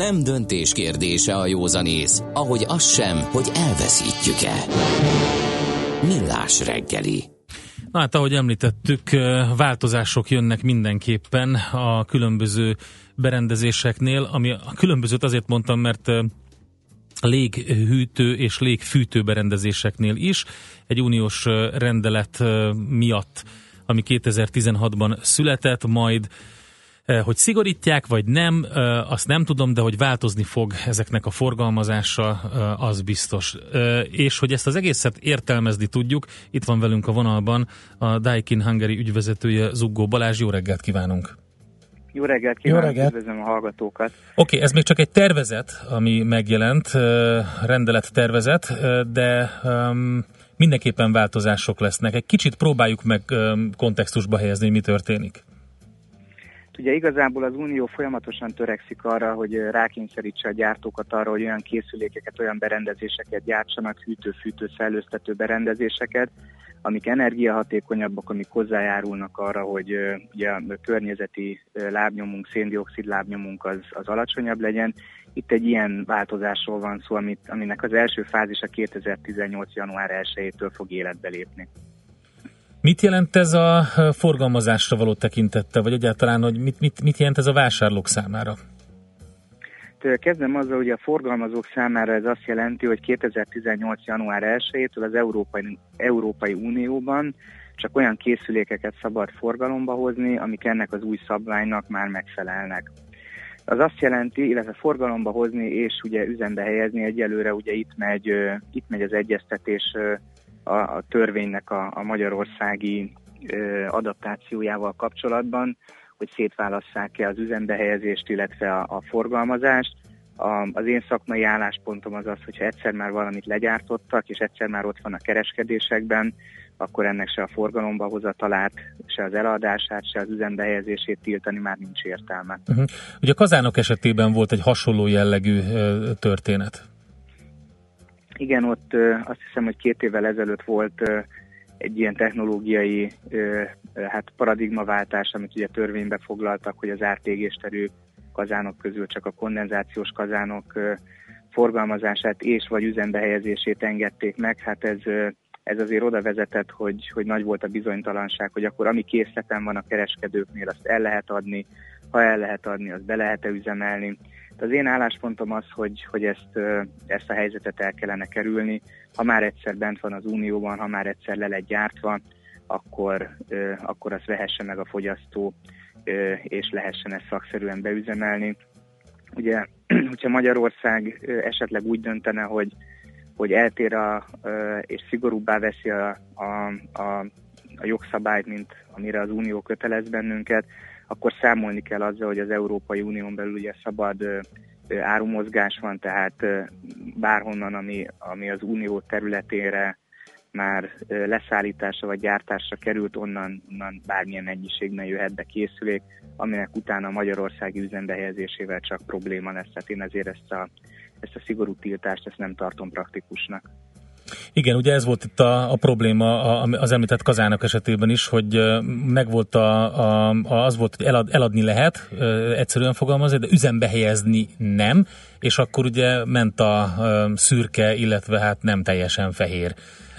Nem döntés kérdése a józanész, ahogy az sem, hogy elveszítjük-e. Millás reggeli.
Na hát, ahogy említettük, változások jönnek mindenképpen a különböző berendezéseknél, ami a különbözőt azért mondtam, mert léghűtő és légfűtő berendezéseknél is egy uniós rendelet miatt, ami kétezer-tizenhatban született, majd hogy szigorítják, vagy nem, azt nem tudom, de hogy változni fog ezeknek a forgalmazása, az biztos. És hogy ezt az egészet értelmezni tudjuk, itt van velünk a vonalban a Daikin Hungary ügyvezetője, Zuggó Balázs. Jó reggelt kívánunk!
Jó reggelt kívánok, üdvözlöm a hallgatókat! Oké,
okay, ez még csak egy tervezet, ami megjelent, rendelet tervezet, de um, mindenképpen változások lesznek. Egy kicsit próbáljuk meg um, kontextusba helyezni, hogy mi történik.
Ugye igazából az Unió folyamatosan törekszik arra, hogy rákényszerítse a gyártókat arra, hogy olyan készülékeket, olyan berendezéseket gyártsanak, hűtő-fűtő, szellőztető berendezéseket, amik energiahatékonyabbak, amik hozzájárulnak arra, hogy ugye a környezeti lábnyomunk, széndioxid lábnyomunk az, az alacsonyabb legyen. Itt egy ilyen változásról van szó, amit, aminek az első fázisa kétezer-tizennyolc. január elsejétől fog életbe lépni.
Mit jelent ez a forgalmazásra való tekintettel, vagy egyáltalán, hogy mit, mit, mit jelent ez a vásárlók számára?
Kezdem azzal, hogy a forgalmazók számára ez azt jelenti, hogy kétezer-tizennyolc. január elsejétől az Európai, Európai Unióban csak olyan készülékeket szabad forgalomba hozni, amik ennek az új szabványnak már megfelelnek. Az azt jelenti, illetve forgalomba hozni és ugye üzembe helyezni, egyelőre ugye itt megy, itt megy az egyeztetés a, a törvénynek a, a magyarországi adaptációjával kapcsolatban, hogy szétválasszák-e az üzembehelyezést, illetve a, a forgalmazást. A, az én szakmai álláspontom az az, hogyha egyszer már valamit legyártottak, és egyszer már ott van a kereskedésekben, akkor ennek se a forgalomba hozatalát, se az eladását, se az üzembehelyezését tiltani már nincs értelme.
Uh-huh. Ugye a kazánok esetében volt egy hasonló jellegű uh, történet.
Igen, ott uh, azt hiszem, hogy két évvel ezelőtt volt uh, egy ilyen technológiai uh, hát paradigmaváltás, amit ugye törvénybe foglaltak, hogy az átégésterű kazánok közül csak a kondenzációs kazánok uh, forgalmazását és vagy üzembehelyezését engedték meg. Hát ez, uh, ez azért oda vezetett, hogy, hogy nagy volt a bizonytalanság, hogy akkor ami készleten van a kereskedőknél, azt el lehet adni, ha el lehet adni, azt be lehet-e üzemelni. Az én álláspontom az, hogy, hogy ezt, ezt a helyzetet el kellene kerülni. Ha már egyszer bent van az Unióban, ha már egyszer le lett gyártva, akkor, akkor azt vehesse meg a fogyasztó, és lehessen ezt szakszerűen beüzemelni. Ugye, hogyha Magyarország esetleg úgy döntene, hogy, hogy eltér a, és szigorúbbá veszi a, a, a, a jogszabályt, mint amire az Unió kötelez bennünket, akkor számolni kell azzal, hogy az Európai Unión belül ugye szabad ö, ö, árumozgás van, tehát ö, bárhonnan, ami, ami az Unió területére már ö, leszállításra vagy gyártásra került, onnan, onnan bármilyen mennyiségben jöhet be készülék, aminek utána a magyarországi üzembehelyezésével csak probléma lesz. Tehát én ezért ezt a, ezt a szigorú tiltást ezt nem tartom praktikusnak.
Igen, ugye ez volt itt a, a probléma az említett kazánok esetében is, hogy megvolt a, a, az volt, hogy elad, eladni lehet, egyszerűen fogalmazni, de üzembe helyezni nem, és akkor ugye ment a szürke, illetve hát nem teljesen fehér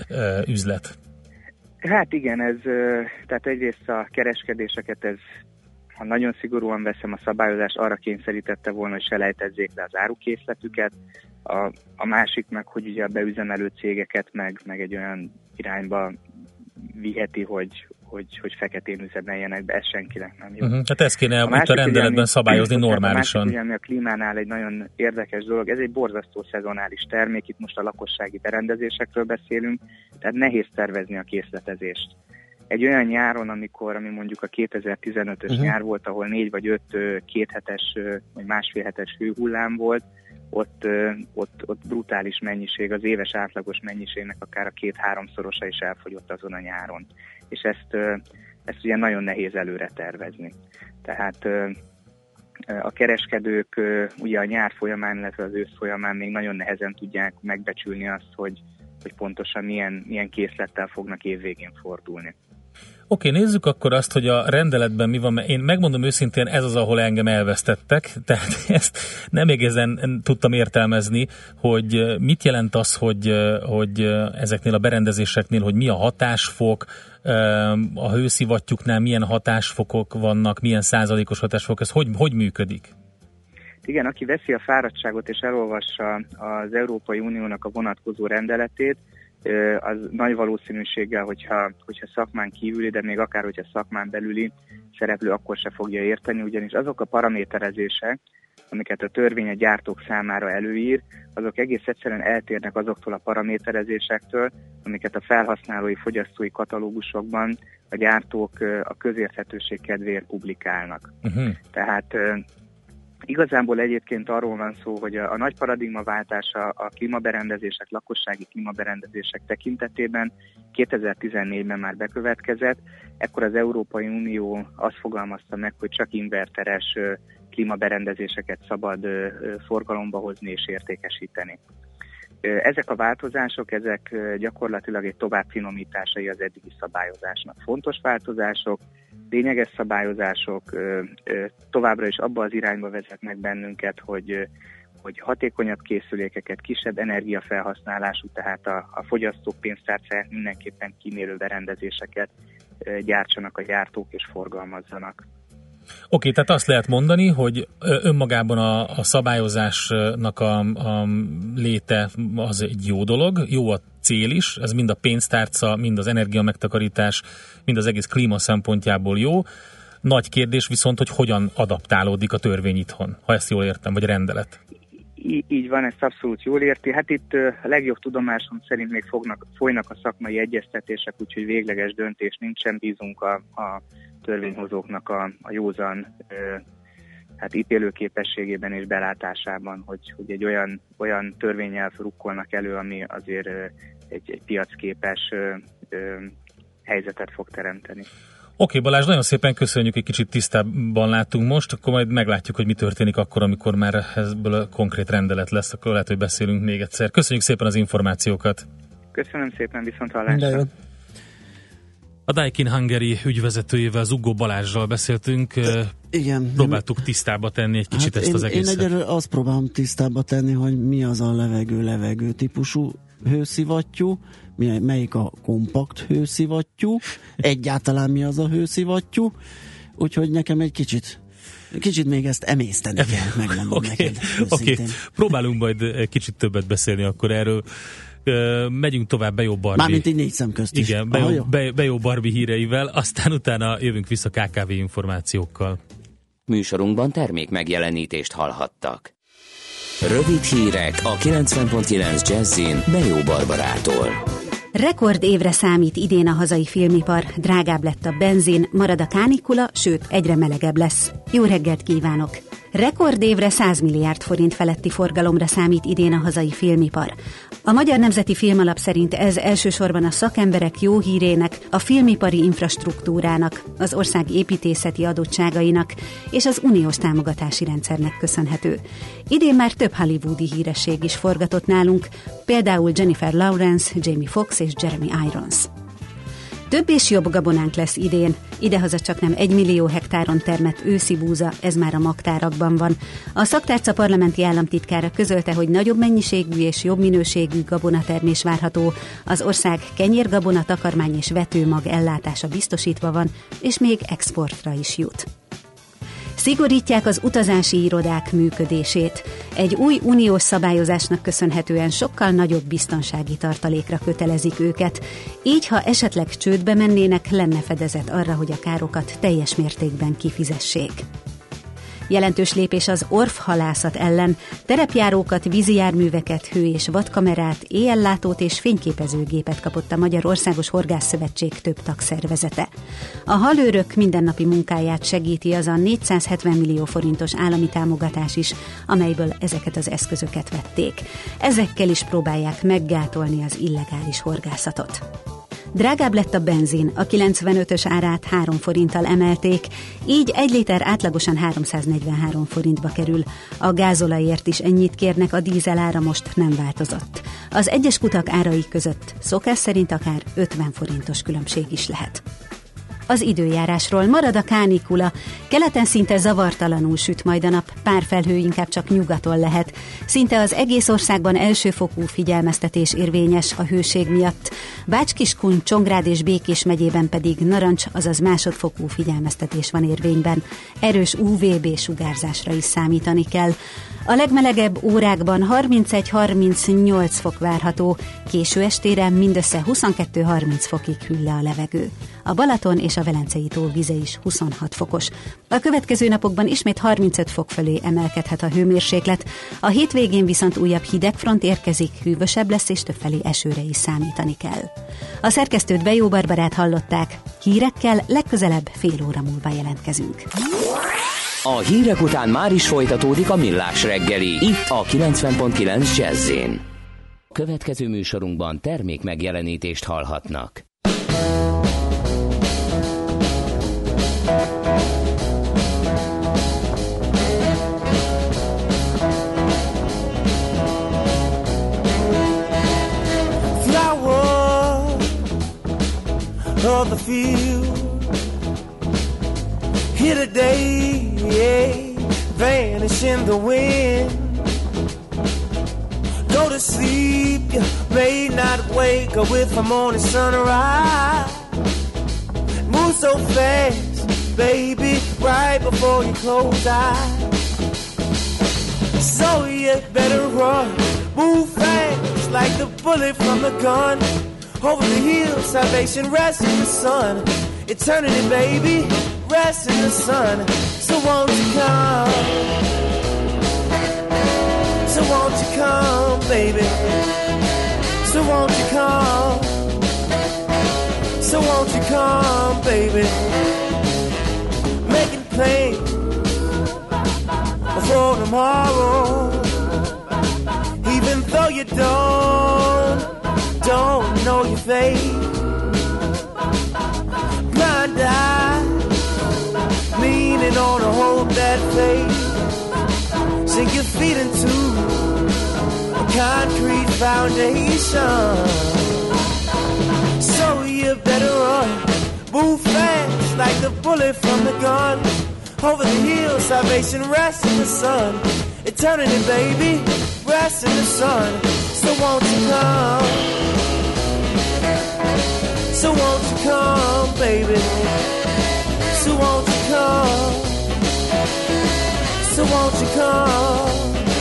üzlet.
Hát igen, ez, tehát egyrészt a kereskedéseket ez, ha nagyon szigorúan veszem, a szabályozás arra kényszerítette volna, hogy selejtezzék le az árukészletüket. A, a másik meg, hogy ugye a beüzemelő cégeket meg, meg egy olyan irányba viheti, hogy, hogy, hogy feketén üzemeljenek be, ez senkinek nem jó. Uh-huh.
Hát ezt kéne a, másik, a rendeletben ugye, szabályozni ami, normálisan. A másik, ugye, ami a klímánál egy nagyon érdekes dolog, ez egy borzasztó szezonális termék, itt most a lakossági berendezésekről beszélünk, tehát nehéz tervezni a készletezést. Egy olyan nyáron, amikor, ami mondjuk a kétezer-tizenötös uh-huh. nyár volt, ahol négy vagy öt kéthetes, vagy másfél hetes hőhullám volt, ott, ott, ott brutális mennyiség, az éves átlagos mennyiségnek akár a két-háromszorosa is elfogyott azon a nyáron. És ezt, ezt ugye nagyon nehéz előre tervezni. Tehát a kereskedők ugye a nyár folyamán, illetve az ősz folyamán még nagyon nehezen tudják megbecsülni azt, hogy, hogy pontosan milyen, milyen készlettel fognak évvégén fordulni. Oké, okay, nézzük akkor azt, hogy a rendeletben mi van, mert én megmondom őszintén, ez az, ahol engem elvesztettek, tehát ezt nem egészen tudtam értelmezni, hogy mit jelent az, hogy, hogy ezeknél a berendezéseknél, hogy mi a hatásfok, a hőszivattyúknál milyen hatásfokok vannak, milyen százalékos hatásfok, ez hogy, hogy működik?
Igen, aki veszi a fáradtságot és elolvassa az Európai Uniónak a vonatkozó rendeletét, az nagy valószínűséggel, hogyha, hogyha szakmán kívüli, de még akár hogyha szakmán belüli szereplő, akkor se fogja érteni, ugyanis azok a paraméterezések, amiket a törvény a gyártók számára előír, azok egész egyszerűen eltérnek azoktól a paraméterezésektől, amiket a felhasználói fogyasztói katalógusokban a gyártók a közérthetőség kedvéért publikálnak. Uh-huh. Tehát igazából egyébként arról van szó, hogy a, a nagy paradigmaváltás a, a klímaberendezések, lakossági klímaberendezések tekintetében kétezer-tizennégyben már bekövetkezett. Ekkor az Európai Unió azt fogalmazta meg, hogy csak inverteres klímaberendezéseket szabad forgalomba hozni és értékesíteni. Ezek a változások, ezek gyakorlatilag egy továbbfinomításai az eddigi szabályozásnak. Fontos változások, lényeges szabályozások továbbra is abba az irányba vezetnek bennünket, hogy, hogy hatékonyabb készülékeket, kisebb energiafelhasználású, tehát a, a fogyasztók pénztárcáját mindenképpen kímélő berendezéseket gyártsanak a gyártók és forgalmazzanak.
Oké, okay, tehát azt lehet mondani, hogy önmagában a, a szabályozásnak a, a léte az egy jó dolog, jó a cél is, ez mind a pénztárca, mind az energiamegtakarítás, mind az egész klíma szempontjából jó. Nagy kérdés viszont, hogy hogyan adaptálódik a törvény itthon, ha ezt jól értem, vagy rendelet.
Í- így van, ezt abszolút jól érti. Hát itt a legjobb tudomásom szerint még fognak, folynak a szakmai egyeztetések, úgyhogy végleges döntés nincsen, bízunk a, a törvényhozóknak a, a józan ö, hát ítélőképességében és belátásában, hogy, hogy egy olyan, olyan törvénnyel rukkolnak elő, ami azért ö, egy, egy piacképes ö, ö, helyzetet fog teremteni.
Oké, okay, Balázs, nagyon szépen köszönjük, egy kicsit tisztában látunk most, akkor majd meglátjuk, hogy mi történik akkor, amikor már ebből a konkrét rendelet lesz, akkor lehet, hogy beszélünk még egyszer. Köszönjük szépen az információkat!
Köszönöm szépen, viszont hallásra!
A Daikin Hungary ügyvezetőjével, Zugó Balázsral beszéltünk.
Igen.
Próbáltuk tisztába tenni egy kicsit
hát
ezt
én,
az egészet.
Én egyelőre azt próbálom tisztába tenni, hogy mi az a levegő-levegő típusú hőszivattyú, melyik a kompakt hőszivattyú, egyáltalán mi az a hőszivattyú, úgyhogy nekem egy kicsit Kicsit még ezt emészteni kell, megmondom okay, neked. Oké, okay.
Próbálunk majd egy kicsit többet beszélni akkor erről. Megyünk tovább Bejó Barbi.
Mármint így négy szem közt is.
Igen, Bejó, Be, Bejó Barbi híreivel, aztán utána jövünk vissza ká ká vé információkkal.
Műsorunkban termék megjelenítést hallhattak. Rövid hírek a kilencven pont kilenc Jazzin Bejó Barbarától.
Rekord évre számít idén a hazai filmipar, drágább lett a benzin, marad a kánikula, sőt egyre melegebb lesz. Jó reggelt kívánok! Rekordévre száz milliárd forint feletti forgalomra számít idén a hazai filmipar. A Magyar Nemzeti Filmalap szerint ez elsősorban a szakemberek jó hírének, a filmipari infrastruktúrának, az ország építészeti adottságainak és az uniós támogatási rendszernek köszönhető. Idén már több hollywoodi híresség is forgatott nálunk, például Jennifer Lawrence, Jamie Foxx és Jeremy Irons. Több és jobb gabonánk lesz idén. Idehaza csak nem egy millió hektáron termett őszi búza, ez már a magtárakban van. A szaktárca parlamenti államtitkára közölte, hogy nagyobb mennyiségű és jobb minőségű gabonatermés várható. Az ország kenyérgabona, takarmány és vetőmag ellátása biztosítva van, és még exportra is jut. Szigorítják az utazási irodák működését. Egy új uniós szabályozásnak köszönhetően sokkal nagyobb biztonsági tartalékra kötelezik őket. Így, ha esetleg csődbe mennének, lenne fedezet arra, hogy a károkat teljes mértékben kifizessék. Jelentős lépés az orvhalászat ellen, terepjárókat, vízijárműveket, hő- és vadkamerát, éjjellátót és fényképezőgépet kapott a Magyar Országos Horgászszövetség több tagszervezete. A halőrök mindennapi munkáját segíti az a négyszázhetven millió forintos állami támogatás is, amelyből ezeket az eszközöket vették. Ezekkel is próbálják meggátolni az illegális horgászatot. Drágább lett a benzin, a kilencvenötös árát három forinttal emelték, így egy liter átlagosan háromszáznegyvenhárom forintba kerül. A gázolajért is ennyit kérnek, a dízel ára most nem változott. Az egyes kutak árai között szokás szerint akár ötven forintos különbség is lehet. Az időjárásról marad a kánikula. Keleten szinte zavartalanul süt majd a nap, pár felhő inkább csak nyugaton lehet. Szinte az egész országban elsőfokú figyelmeztetés érvényes a hőség miatt. Bács-Kiskun, Csongrád és Békés megyében pedig narancs, azaz másodfokú figyelmeztetés van érvényben. Erős ú vé bé sugárzásra is számítani kell. A legmelegebb órákban harmincegy-harmincnyolc fok várható, késő estére mindössze huszonkettő-harminc fokig hűl le a levegő. A Balaton és a Velencei tó vize is huszonhat fokos. A következő napokban ismét harmincöt fok fölé emelkedhet a hőmérséklet, a hétvégén viszont újabb hidegfront érkezik, hűvösebb lesz és többfelé esőre is számítani kell. A szerkesztőt Bejó Barbarát hallották, hírekkel legközelebb fél óra múlva jelentkezünk.
A hírek után már is folytatódik a Millás reggeli, itt a kilencven pont kilenc Jazz-én. Következő műsorunkban termék megjelenítést hallhatnak.
Flower of the field, here today, yeah, vanish in the wind. Go to sleep, you may not wake up with the morning sunrise. Move so fast, baby, right before you close eyes. So you better run, move fast like the bullet from the gun. Over the hill, salvation rests in the sun. Eternity, baby, rest in the sun. So won't you come? So won't you come, baby? So won't you come? So won't you come, baby? Making plans for tomorrow, even though you don't, don't know your fate. Blind eye, leaning on a hope that fades. Sink your feet into a concrete foundation. So you better run, move fast like the bullet from the gun. Over the hill, salvation rests in the sun. Eternity, baby, rests in the sun. So won't you come? So won't you come, baby? So won't you come? So won't you come?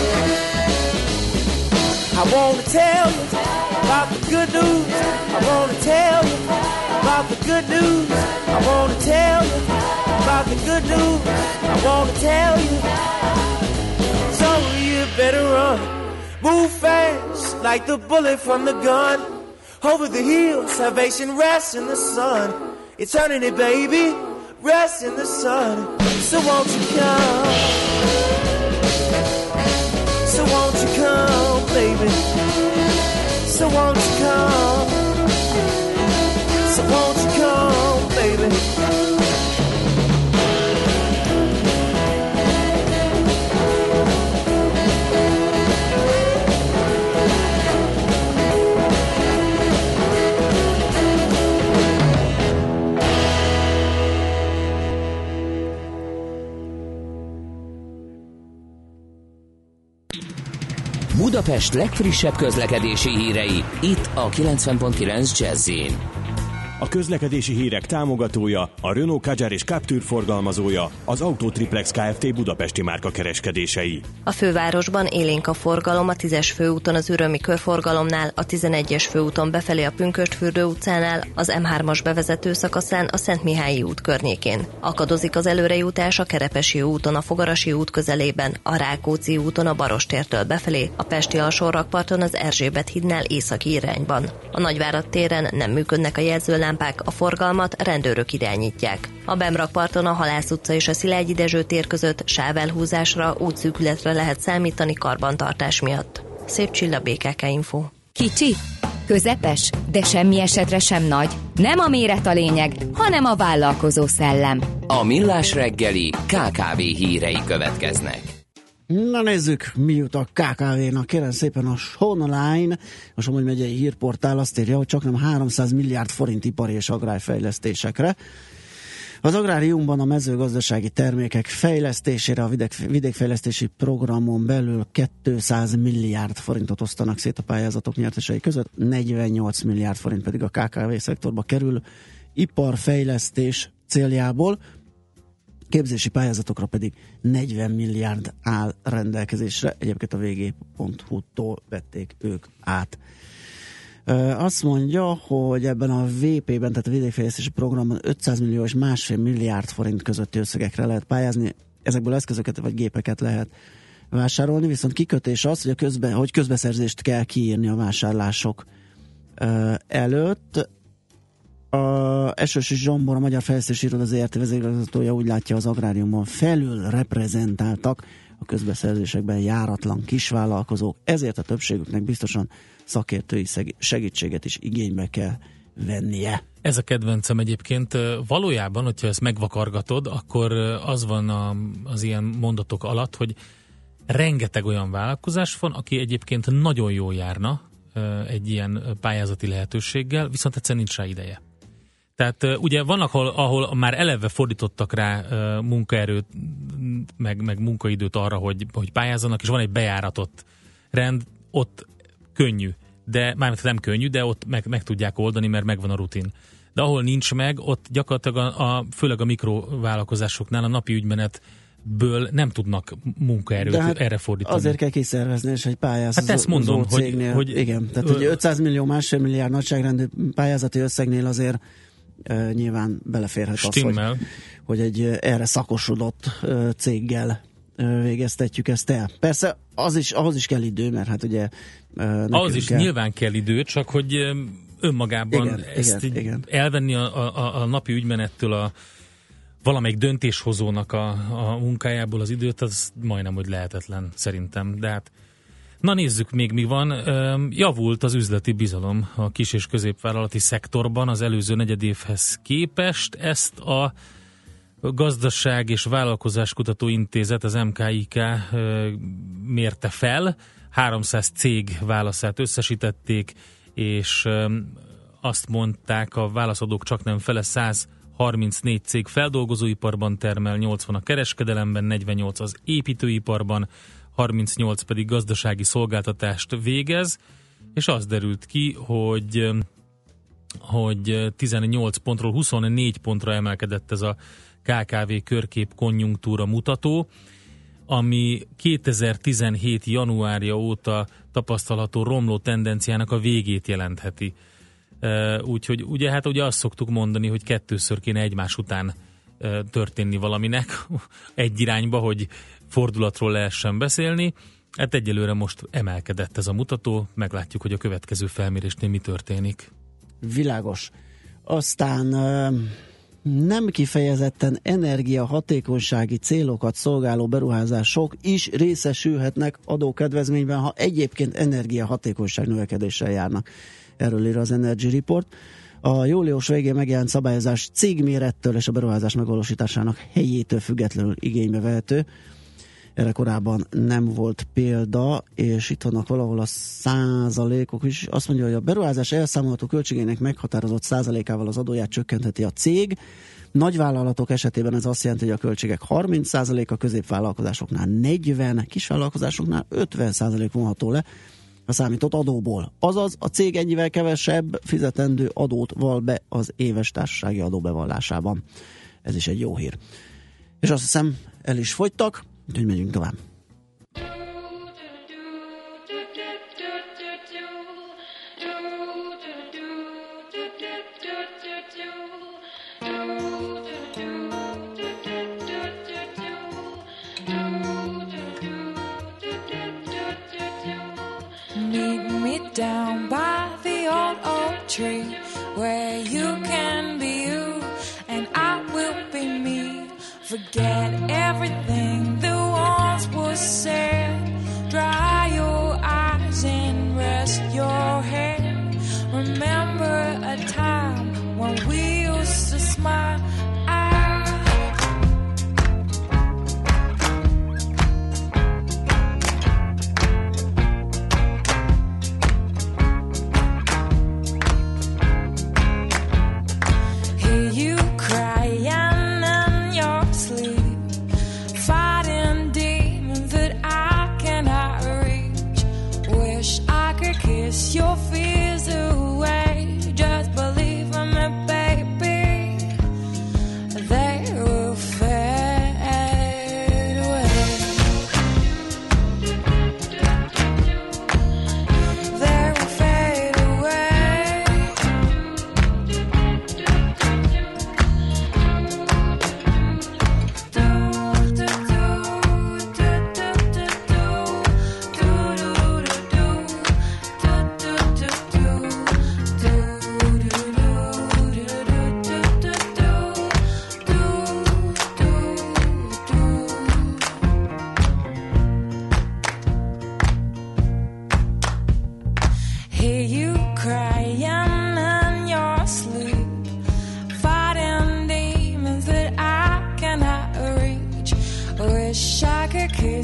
I wanna tell you about the good news. I wanna tell you about the good news. I wanna tell you about the good news. I wanna tell you. So you better run, move fast like the bullet from the gun. Over the hill, salvation rests in the sun. Eternity, baby, rest in the sun. So won't you come? So won't you come, baby? So won't you come? So won't you come, baby?
Budapest legfrissebb közlekedési hírei, itt a kilencven pont kilenc Jazz-én.
A közlekedési hírek támogatója, a Renault Kadjar és Captur forgalmazója, az Autotriplex Kft. Budapesti márka kereskedései.
A fővárosban élénk a forgalom a tízes főúton az Ürömi körforgalomnál, a tizenegyes főúton befelé a Pünkösdfürdő utcánál, az em hármas bevezető szakaszán a Szentmihályi út környékén. Akadozik az előrejutás a Kerepesi úton a Fogarasi út közelében, a Rákóczi úton a Barostértől befelé, a Pesti alsórakparton az Erzsébet hídnál északi irányban. A Nagyvárad téren nem működnek a jelzőlámpák, a forgalmat rendőrök irányítják. A Bemrakparton a Halász utca és a Szilágyi Dezső tér között sávelhúzásra, útszűkületre lehet számítani karbantartás miatt. Szép Csilla, bé ká ká Info.
Kicsi, közepes, de semmi esetre sem nagy. Nem a méret a lényeg, hanem a vállalkozó szellem.
A Millás reggeli ká ká vé hírei következnek.
Na nézzük, mi jut a ká ká vé-nak. Kérem szépen, a Online, a Somogy megyei hírportál azt írja, hogy csaknem háromszáz milliárd forint ipari és agrárfejlesztésekre. Az agráriumban a mezőgazdasági termékek fejlesztésére a vidék, vidékfejlesztési programon belül kétszáz milliárd forintot osztanak szét a pályázatok nyertesei között, negyvennyolc milliárd forint pedig a ká ká vé szektorba kerül iparfejlesztés céljából, képzési pályázatokra pedig negyven milliárd áll rendelkezésre, egyébként a vé gé pont hú-tól vették ők át. Azt mondja, hogy ebben a vé pé-ben, tehát a vidékfejlesztési programban ötszáz millió és másfél milliárd forint közötti összegekre lehet pályázni, ezekből eszközöket vagy gépeket lehet vásárolni, viszont kikötés az, hogy, a közbe, hogy közbeszerzést kell kiírni a vásárlások előtt. A Esősi Zsombor, a Magyar Fejlesztési Iroda zé er té vezérigazgatója úgy látja, az agráriumban felül reprezentáltak a közbeszerzésekben járatlan kisvállalkozók, ezért a többségüknek biztosan szakértői segítséget is igénybe kell vennie.
Ez a kedvencem egyébként. Valójában, hogyha ezt megvakargatod, akkor az van a, az ilyen mondatok alatt, hogy rengeteg olyan vállalkozás van, aki egyébként nagyon jól járna egy ilyen pályázati lehetőséggel, viszont egyszerűen nincs rá ideje. Tehát ugye vannak, ahol, ahol már eleve fordítottak rá munkaerőt, meg, meg munkaidőt arra, hogy, hogy pályázzanak, és van egy bejáratott rend, ott könnyű, de mármint nem könnyű, de ott meg, meg tudják oldani, mert megvan a rutin. De ahol nincs meg, ott gyakorlatilag a, a, főleg a mikrovállalkozásoknál a napi ügymenetből nem tudnak munkaerőt hát erre fordítani.
Azért kell kiszervezni, és egy pályázat.
Hát ezt mondom,
cégnél,
hogy, hogy...
Igen, tehát hogy ötszáz millió, másfél milliárd nagyságrendű pályázati összegnél azért uh, nyilván beleférhet
Stimmel.
az, hogy, hogy egy uh, erre szakosodott uh, céggel uh, végeztetjük ezt el. Persze az is, ahhoz is kell idő, mert hát ugye uh,
ahhoz is
kell...
nyilván kell idő, csak hogy önmagában
igen,
ezt
igen, igen.
elvenni a, a, a napi ügymenettől a valamelyik döntéshozónak a, a munkájából az időt, az majdnem, hogy lehetetlen szerintem. De hát, na nézzük még mi van. Javult az üzleti bizalom a kis- és középvállalati szektorban az előző negyedévhez képest. Ezt a Gazdaság és Vállalkozáskutató Intézet, az em ká i ká mérte fel. háromszáz cég válaszát összesítették, és azt mondták a válaszadók csaknem fele, száz harmincnégy cég feldolgozóiparban termel, nyolcvan a kereskedelemben, negyvennyolc az építőiparban, harmincnyolc pedig gazdasági szolgáltatást végez, és az derült ki, hogy, hogy tizennyolc pontról huszonnégy pontra emelkedett ez a ká ká vé körkép konjunktúra mutató, ami kétezer-tizenhét januárja óta tapasztalható romló tendenciának a végét jelentheti. Uh, úgyhogy ugye hát ugye azt szoktuk mondani, hogy kettőször kéne egymás után uh, történni valaminek egy irányba, hogy fordulatról lehessen beszélni. Hát egyelőre most emelkedett ez a mutató, meglátjuk, hogy a következő felmérésnél mi történik.
Világos. Aztán uh, nem kifejezetten energiahatékonysági célokat szolgáló beruházások is részesülhetnek adókedvezményben, ha egyébként energiahatékonyság növekedéssel járnak. Erről ír az Energy Report. A július végén megjelent szabályozás cégmérettől és a beruházás megvalósításának helyétől függetlenül igénybe vehető. Erre korábban nem volt példa, és itt vannak valahol a százalékok is. Azt mondja, hogy a beruházás elszámolható költségének meghatározott százalékával az adóját csökkentheti a cég. Nagyvállalatok esetében ez azt jelenti, hogy a költségek harminc százaléka, középvállalkozásoknál negyven, kisvállalkozásoknál ötven százalék vonható le a számított adóból. Azaz a cég ennyivel kevesebb fizetendő adót val be az éves társasági adóbevallásában. Ez is egy jó hír. És azt hiszem, el is fogytak, úgyhogy megyünk tovább.
Down by the old oak tree where you can be you and I will be me. Forget everything that once was said. Dry your eyes and rest your head. Remember a time when we used to smile. You cry and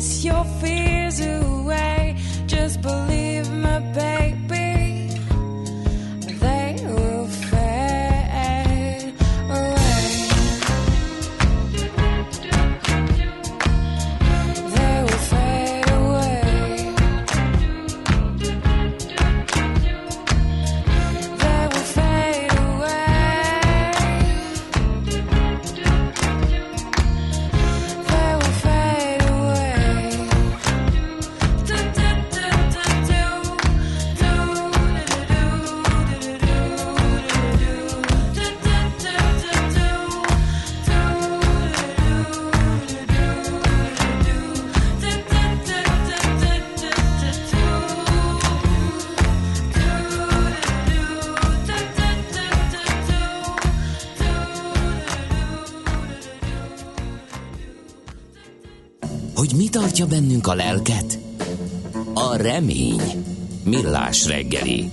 chase your fears away. Just believe me, baby, they will fade away. They will fade away. They will fade away. They will fade away. Do do do do do do
Hogy mi tartja bennünk a lelket? A remény. Millás reggeli.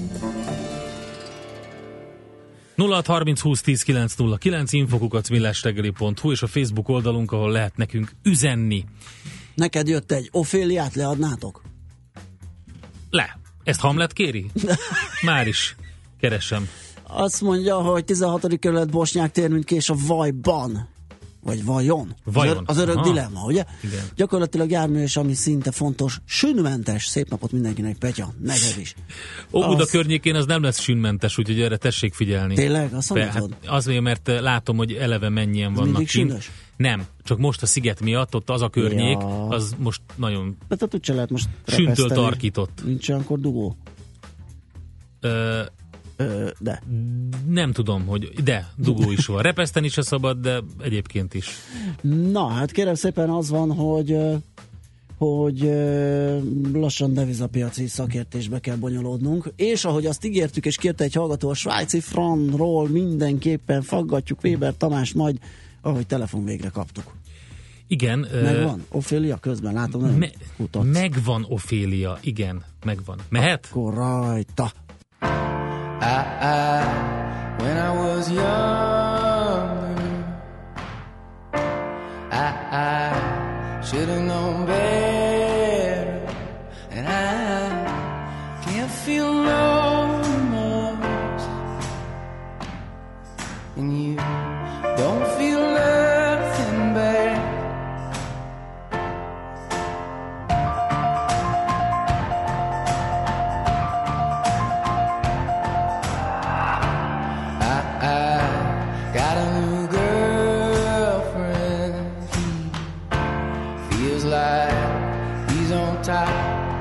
nulla hat harminc húsz tíz kilenc nulla kilenc infokukat millásreggeli pont hu és a Facebook oldalunk, ahol lehet nekünk üzenni.
Neked jött egy Oféliát, leadnátok?
Le. Ezt Hamlet kéri? Már is keresem.
Azt mondja, hogy tizenhatodik kerület Bosnyák tér, mint kés a Vajban. Vagy Vajon.
Vajon.
Az, ör- az örök
Aha.
dilemma, ugye?
Igen.
Gyakorlatilag jármű, és ami szinte fontos, sűnmentes. Szép napot mindenkinek, Petya, neked is.
Óbuda
Az-
környékén az nem lesz sűnmentes, úgyhogy erre tessék figyelni.
Tényleg? Azt
Be-
mondod?
hát azért, mert látom, hogy eleve mennyien vannak
mindig
kint.
sűnös?
Nem, csak most a sziget miatt, ott az a környék,
Ja.
az most nagyon
De tehát úgyse lehet most
süntől
repeszteni.
tarkított.
Nincs olyankor dugó?
Ö,
Ö, de.
nem tudom, hogy de, dugó is van. Repeszteni se szabad, de egyébként is.
Na, hát kérem szépen az van, hogy ö, hogy ö, lassan devizapiaci szakértésbe kell bonyolódnunk, és ahogy azt ígértük, és kérte egy hallgató, a svájci franról mindenképpen faggatjuk Weber Tamás, majd ahogy telefon végre kaptuk.
Igen.
Megvan? Ofélia közben látom, nem
Me-
kutatsz.
megvan Ofélia, igen, megvan. Mehet?
Akkor rajta.
I, I, when I was younger, I, I should have known better, and I can't feel no remorse, and you don't feel nothing bad. I got a new girlfriend. He feels like he's on top,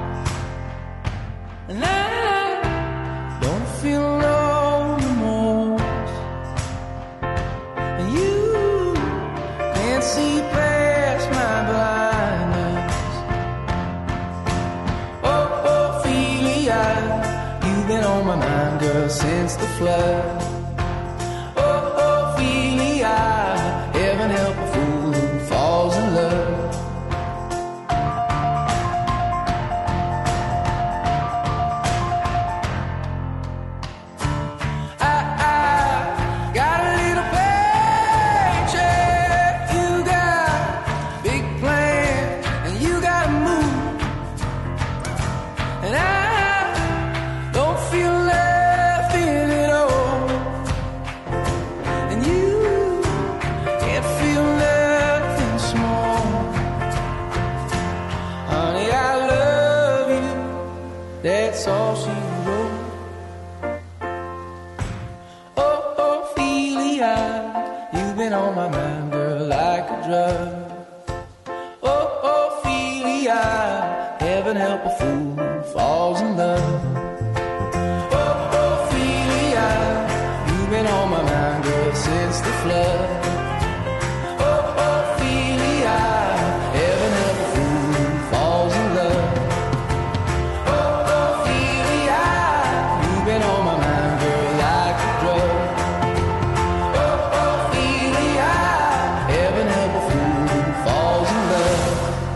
and I don't feel no remorse. And you can't see past my blindness. Oh, Ophelia, you've been on my mind, girl, since the flood. Heaven help a fool who falls in love. I, I got a little paycheck. You got big plans, and you gotta move. And I don't feel left in it all. And you can't feel nothing small. Honey, I love you. That's all she wrote. Oh, Ophelia, you've been on my mind, girl, like a drug. Oh, Ophelia, heaven help a fool who falls in love. Oh, Ophelia, you've been on my mind, girl, since the flood. Oh, Ophelia, heaven help a fool who falls in love. Oh, Ophelia, you've been on my mind, girl, like a drug. Oh, Ophelia, heaven help a fool who falls in love.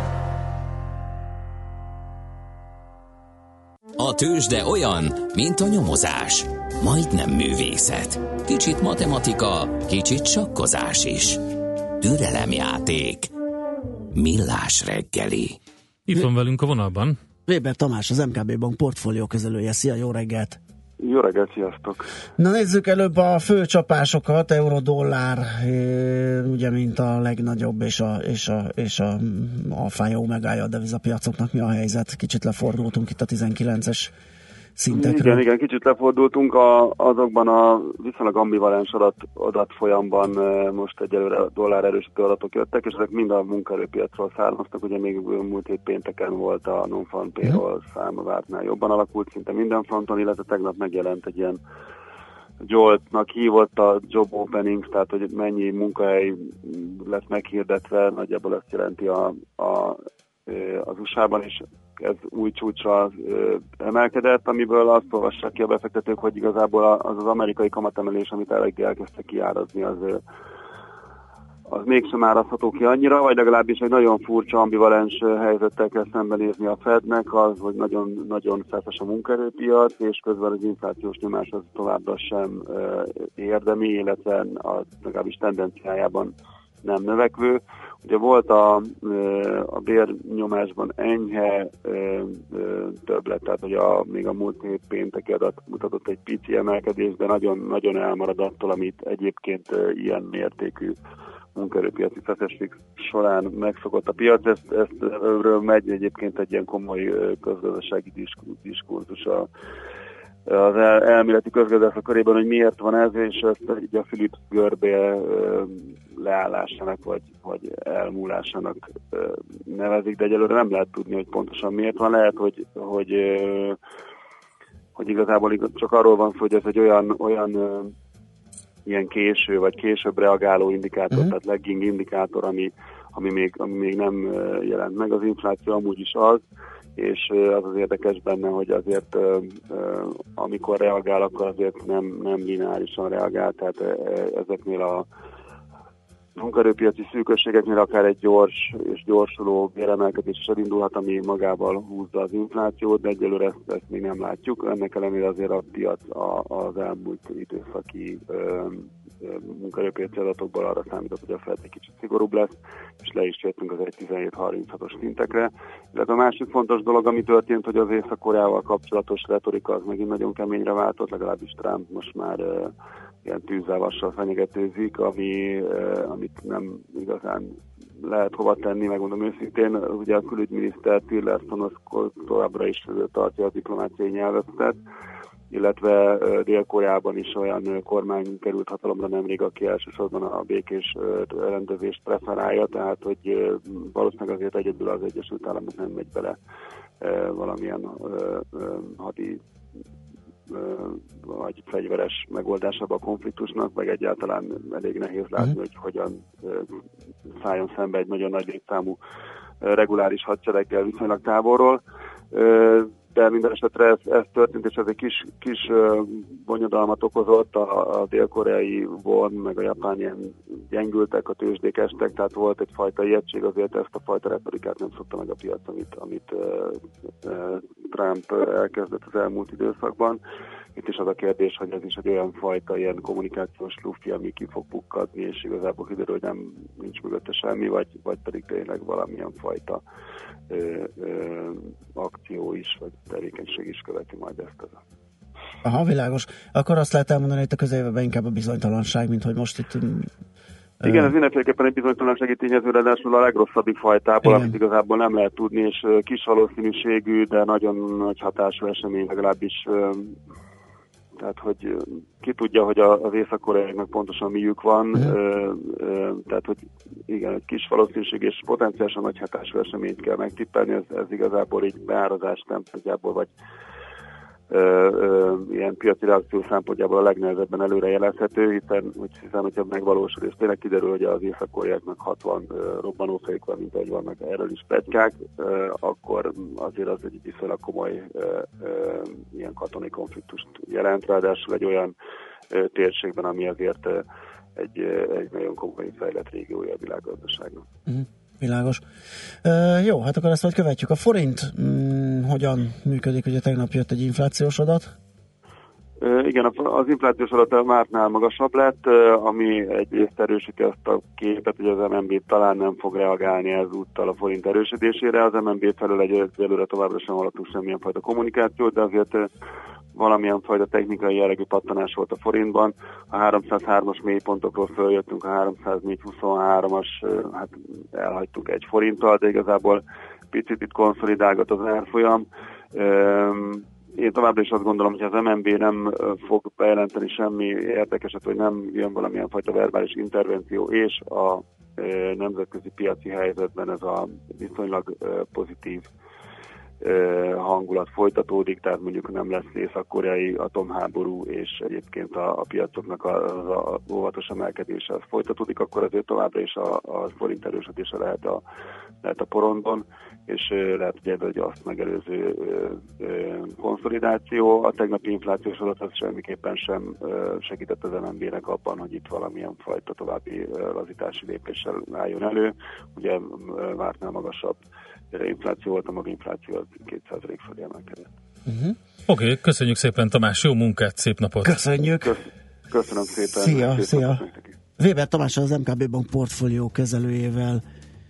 A tőzsde olyan, mint a nyomozás. Majdnem művészet. Kicsit matematika, kicsit sakkozás is. Türelemjáték. Millás reggeli.
Itt van velünk a vonalban
Weber Tamás, az em ká bé Bank portfólió kezelője. Szia, jó reggelt!
Jó reggelt, sziasztok!
Na nézzük előbb a fő csapásokat, euró-dollár, ugye mint a legnagyobb és a, és a, és a alfája, omegája a devizapiacoknak. Mi a helyzet? Kicsit lefordultunk itt a tizenkilences szintekről.
Igen, igen, kicsit lefordultunk a, azokban a viszonylag ambivalens adat, adatfolyamban most egyelőre dollár erősítő adatok jöttek, és ezek mind a munkaerőpiacról származtak, ugye még múlt hét pénteken volt a non-farm payroll száma vártnál jobban alakult szinte minden fronton, illetve tegnap megjelent egy ilyen joltnak hívott a job openings, tehát hogy mennyi munkahely lett meghirdetve, nagyjából ezt jelenti a, a, az u es á-ban, és ez új csúcsra ö, emelkedett, amiből azt olvassák ki a befektetők, hogy igazából az az amerikai kamatemelés, amit eléggé elkezdtek kiárazni, az, ö, az mégsem árazható ki annyira, vagy legalábbis egy nagyon furcsa, ambivalens helyzettel kell szembenézni a Fednek, az, hogy nagyon, nagyon feszes a munkaerőpiac, és közben az inflációs nyomás az továbbra sem ö, érdemi, illetve a, legalábbis tendenciájában nem növekvő. Ugye volt a, a bérnyomásban enyhe többlet, tehát hogy a, még a múlt hét pénteki adat mutatott egy pici emelkedés, de nagyon, nagyon elmarad attól, amit egyébként ilyen mértékű munkaerőpiaci feszesség során megszokott a piac. Ezt, ezt erről megy egyébként egy ilyen komoly közgazdasági diskurzus a az el, elméleti közgazdászok körében, hogy miért van ez, és ezt így a Philips görbe leállásának, vagy, vagy elmúlásának nevezik, de egyelőre nem lehet tudni, hogy pontosan miért van. Lehet, hogy, hogy, hogy igazából csak arról van szó, hogy ez egy olyan, olyan ilyen késő, vagy később reagáló indikátor, uh-huh. tehát lagging indikátor, ami, ami, még, ami még nem jelent meg. Az infláció amúgy is az, és az az érdekes benne, hogy azért amikor reagál, akkor azért nem, nem lineárisan reagál, tehát ezeknél a munkaerőpiaci szűkösségeknél akár egy gyors és gyorsuló béremelkedés is elindulhat, ami magával húzza az inflációt, de egyelőre ezt, ezt még nem látjuk. Ennek ellenére azért a piac az elmúlt időszaki munkaerőpiaci adatokból arra számított, hogy a Fed egy kicsit szigorúbb lesz, és le is jöttünk az egy tizenhét harminchatos szintekre. Illetve a másik fontos dolog, ami történt, hogy az Észak-Koreával kapcsolatos retorika az megint nagyon keményre váltott, legalábbis Trump most már uh, ilyen tűzzávassal fenyegetőzik, ami, uh, amit nem igazán lehet hova tenni, megmondom őszintén. Ugye a külügyminiszter Tillerson az továbbra is tartja a diplomáciai nyelvezetet, illetve Dél-Koreában is olyan kormány került hatalomra nemrég, aki elsősorban a békés rendezést preferálja, tehát hogy valószínűleg azért egyedül az Egyesült Államok nem megy bele valamilyen hadi vagy fegyveres megoldásába a konfliktusnak, meg egyáltalán elég nehéz látni, hogy hogyan szálljon szembe egy nagyon nagy létszámú reguláris hadsereggel viszonylag távolról. De minden esetre ez, ez történt, és ez egy kis, kis bonyodalmat okozott, a, a dél-koreai won, meg a japán ilyen gyengültek, a tőzsdék estek, tehát volt egyfajta ijegység, azért ezt a fajta retorikát nem szokta meg a piac, amit, amit uh, uh, Trump elkezdett az elmúlt időszakban. Itt is az a kérdés, hogy ez is egy olyan fajta ilyen kommunikációs lufi, ami ki fog pukkadni, és igazából kiderül, hogy nem nincs mögötte semmi, vagy, vagy pedig tényleg valamilyen fajta ö, ö, akció is, vagy tevékenység is követi majd ezt. Az.
Aha, világos. Akkor azt lehet elmondani, hogy a közeljövőben inkább a bizonytalanság, mint hogy most itt...
Igen, ez mindenféleképpen egy bizonytalansági tényező, ráadásul a legrosszabbik fajtából, amit igazából nem lehet tudni, és kis valószínűségű, de nagyon nagy hatású esemény, legalábbis tehát, hogy ki tudja, hogy az észak-koreaiaknak pontosan miük van, mm. ö, ö, tehát, hogy igen, egy kis valószínűség és potenciálisan nagy hatású eseményt kell megtippelni, ez, ez igazából így beárazás szempontjából, vagy ö, ö, ilyen piaci reakció szempontjából a legnehezebben előrejelezhető, hiszen, hogy hiszem, hogyha megvalósul, és tényleg kiderül, hogy az észak-koreaiaknak hatvan ö, robbanófejük van, mint ahogy vannak erről is pletykák, ö, akkor azért az egy viszonylag komoly ö, ö, ilyen katonai konfliktust jelent, ráadásul egy olyan ö, térségben, ami azért ö, egy, ö, egy nagyon komoly fejlett régiója a világgazdaságnak.
Mm. Világos. E, jó, hát akkor ezt majd követjük. A forint mm, hogyan működik? Ugye tegnap jött egy inflációs adat?
Igen, az inflációs adat a mártnál magasabb lett, ami egyrészt erősíti azt a képet, hogy az em en bé talán nem fog reagálni ezúttal a forint erősödésére. Az em en bé felől egyelőre továbbra sem hallottunk semmilyen fajta kommunikációt, de azért valamilyen fajta technikai jellegű pattanás volt a forintban. A háromszázhármas mélypontokról följöttünk a háromszáznégy huszonháromas, hát elhagytuk egy forinttal, de igazából picit itt konszolidálgat az árfolyam. Én továbbra is azt gondolom, hogy az em en bé nem fog bejelenteni semmi érdekeset, hogy nem jön valamilyen fajta verbális intervenció, és a nemzetközi piaci helyzetben ez a viszonylag pozitív hangulat folytatódik, tehát mondjuk nem lesz észak-koreai atomháború, és egyébként a, a piacoknak az a óvatos emelkedése az folytatódik, akkor azért továbbra is a, a forint erősödése lehet a, lehet a porondon, és lehet, hogy ebből egy azt megelőző konszolidáció. A tegnapi inflációs adat az semmiképpen sem segített az em en bé-nek abban, hogy itt valamilyen fajta további lazítási lépéssel álljon elő. Ugye vártnál magasabb infláció volt, a maginfláció az két százalék fölé emelkedett.
Uh-huh. Oké, okay, köszönjük szépen, Tamás, jó munkát, szép napot!
Köszönjük!
Kösz, köszönöm szépen!
Szia,
szép
szia! Weber Tamás, az em ká bé Bank portfólió kezelőjével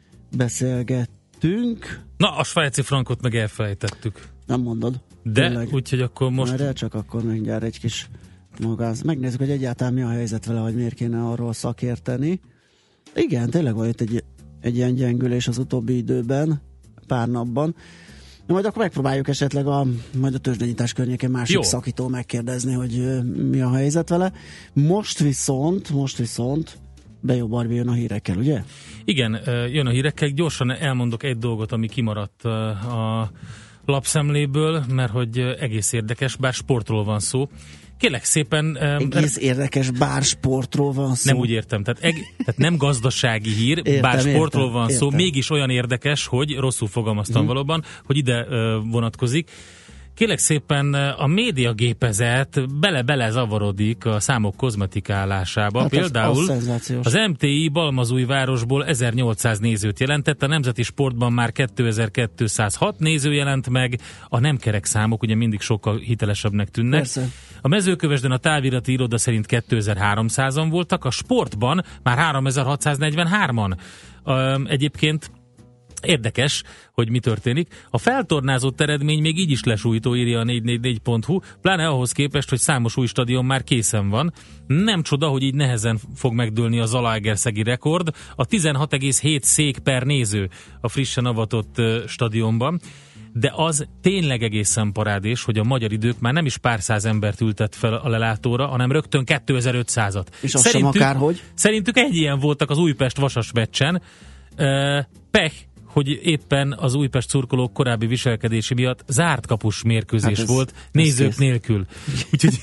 beszélgettünk.
Na, a svájci frankot meg elfelejtettük.
Nem mondod.
De, úgyhogy akkor most...
Már csak akkor mindjárt egy kis magáz. Megnézzük, hogy egyáltalán mi a helyzet vele, hogy miért kéne arról szakérteni. Igen, tényleg van itt egy, egy ilyen gyengülés az utóbbi időben, pár napban. Na, majd akkor megpróbáljuk esetleg a, majd a tőzsdenyítás környékén másik Jó. szakítól megkérdezni, hogy uh, mi a helyzet vele. Most viszont, most viszont Bejó Barbi jön a hírekkel, ugye?
Igen, jön a hírekkel. Gyorsan elmondok egy dolgot, ami kimaradt a lapszemléből, mert hogy egész érdekes, bár sportról van szó. Kérlek szépen...
Egész er... érdekes, bár sportról van szó.
Nem úgy értem, tehát, eg... tehát nem gazdasági hír, értem, bár sportról értem, van értem. szó, mégis olyan érdekes, hogy rosszul fogalmaztam hmm. valóban, hogy ide uh, vonatkozik. Kérlek szépen a médiagépezet bele-bele zavarodik a számok kozmetikálásába. Hát Például az, az em té i Balmazújvárosból ezernyolcszáz nézőt jelentett, a Nemzeti Sportban már kétezer-kétszázhat néző jelent meg, a nem kerek számok ugye mindig sokkal hitelesebbnek tűnnek. Persze. A Mezőkövesden a távirati iroda szerint kétezer-háromszázan voltak, a Sportban már háromezer-hatszáznegyvenhárman. Egyébként érdekes, hogy mi történik. A feltornázott eredmény még így is lesújtó, írja a négy négy négy pont hu, pláne ahhoz képest, hogy számos új stadion már készen van. Nem csoda, hogy így nehezen fog megdőlni a zalaegerszegi rekord. A tizenhat egész hét szék per néző a frissen avatott uh, stadionban. De az tényleg egészen parádés, hogy a Magyar Idők már nem is pár száz embert ültett fel a lelátóra, hanem rögtön kétezer-ötszázat.
És azt sem akárhogy?
Szerintük egy ilyen voltak az Újpest-Vasas meccsen. Uh, pech, hogy éppen az Újpest szurkolók korábbi viselkedési miatt zárt kapus mérkőzés hát ez, volt, nézők kész. nélkül. Úgyhogy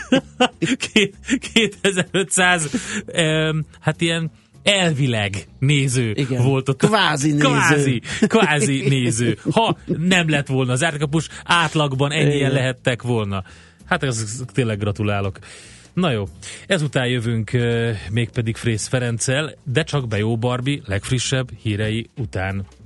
kétezer-ötszáz um, hát ilyen elvileg néző Igen. volt ott.
Kvázi néző.
Kvázi, kvázi néző. Ha nem lett volna zárt kapus, átlagban ennyien Igen. lehettek volna. Hát ez tényleg gratulálok. Na jó, ezután jövünk uh, mégpedig Frész Ferenccel, de csak Bejó Barbi legfrissebb hírei után.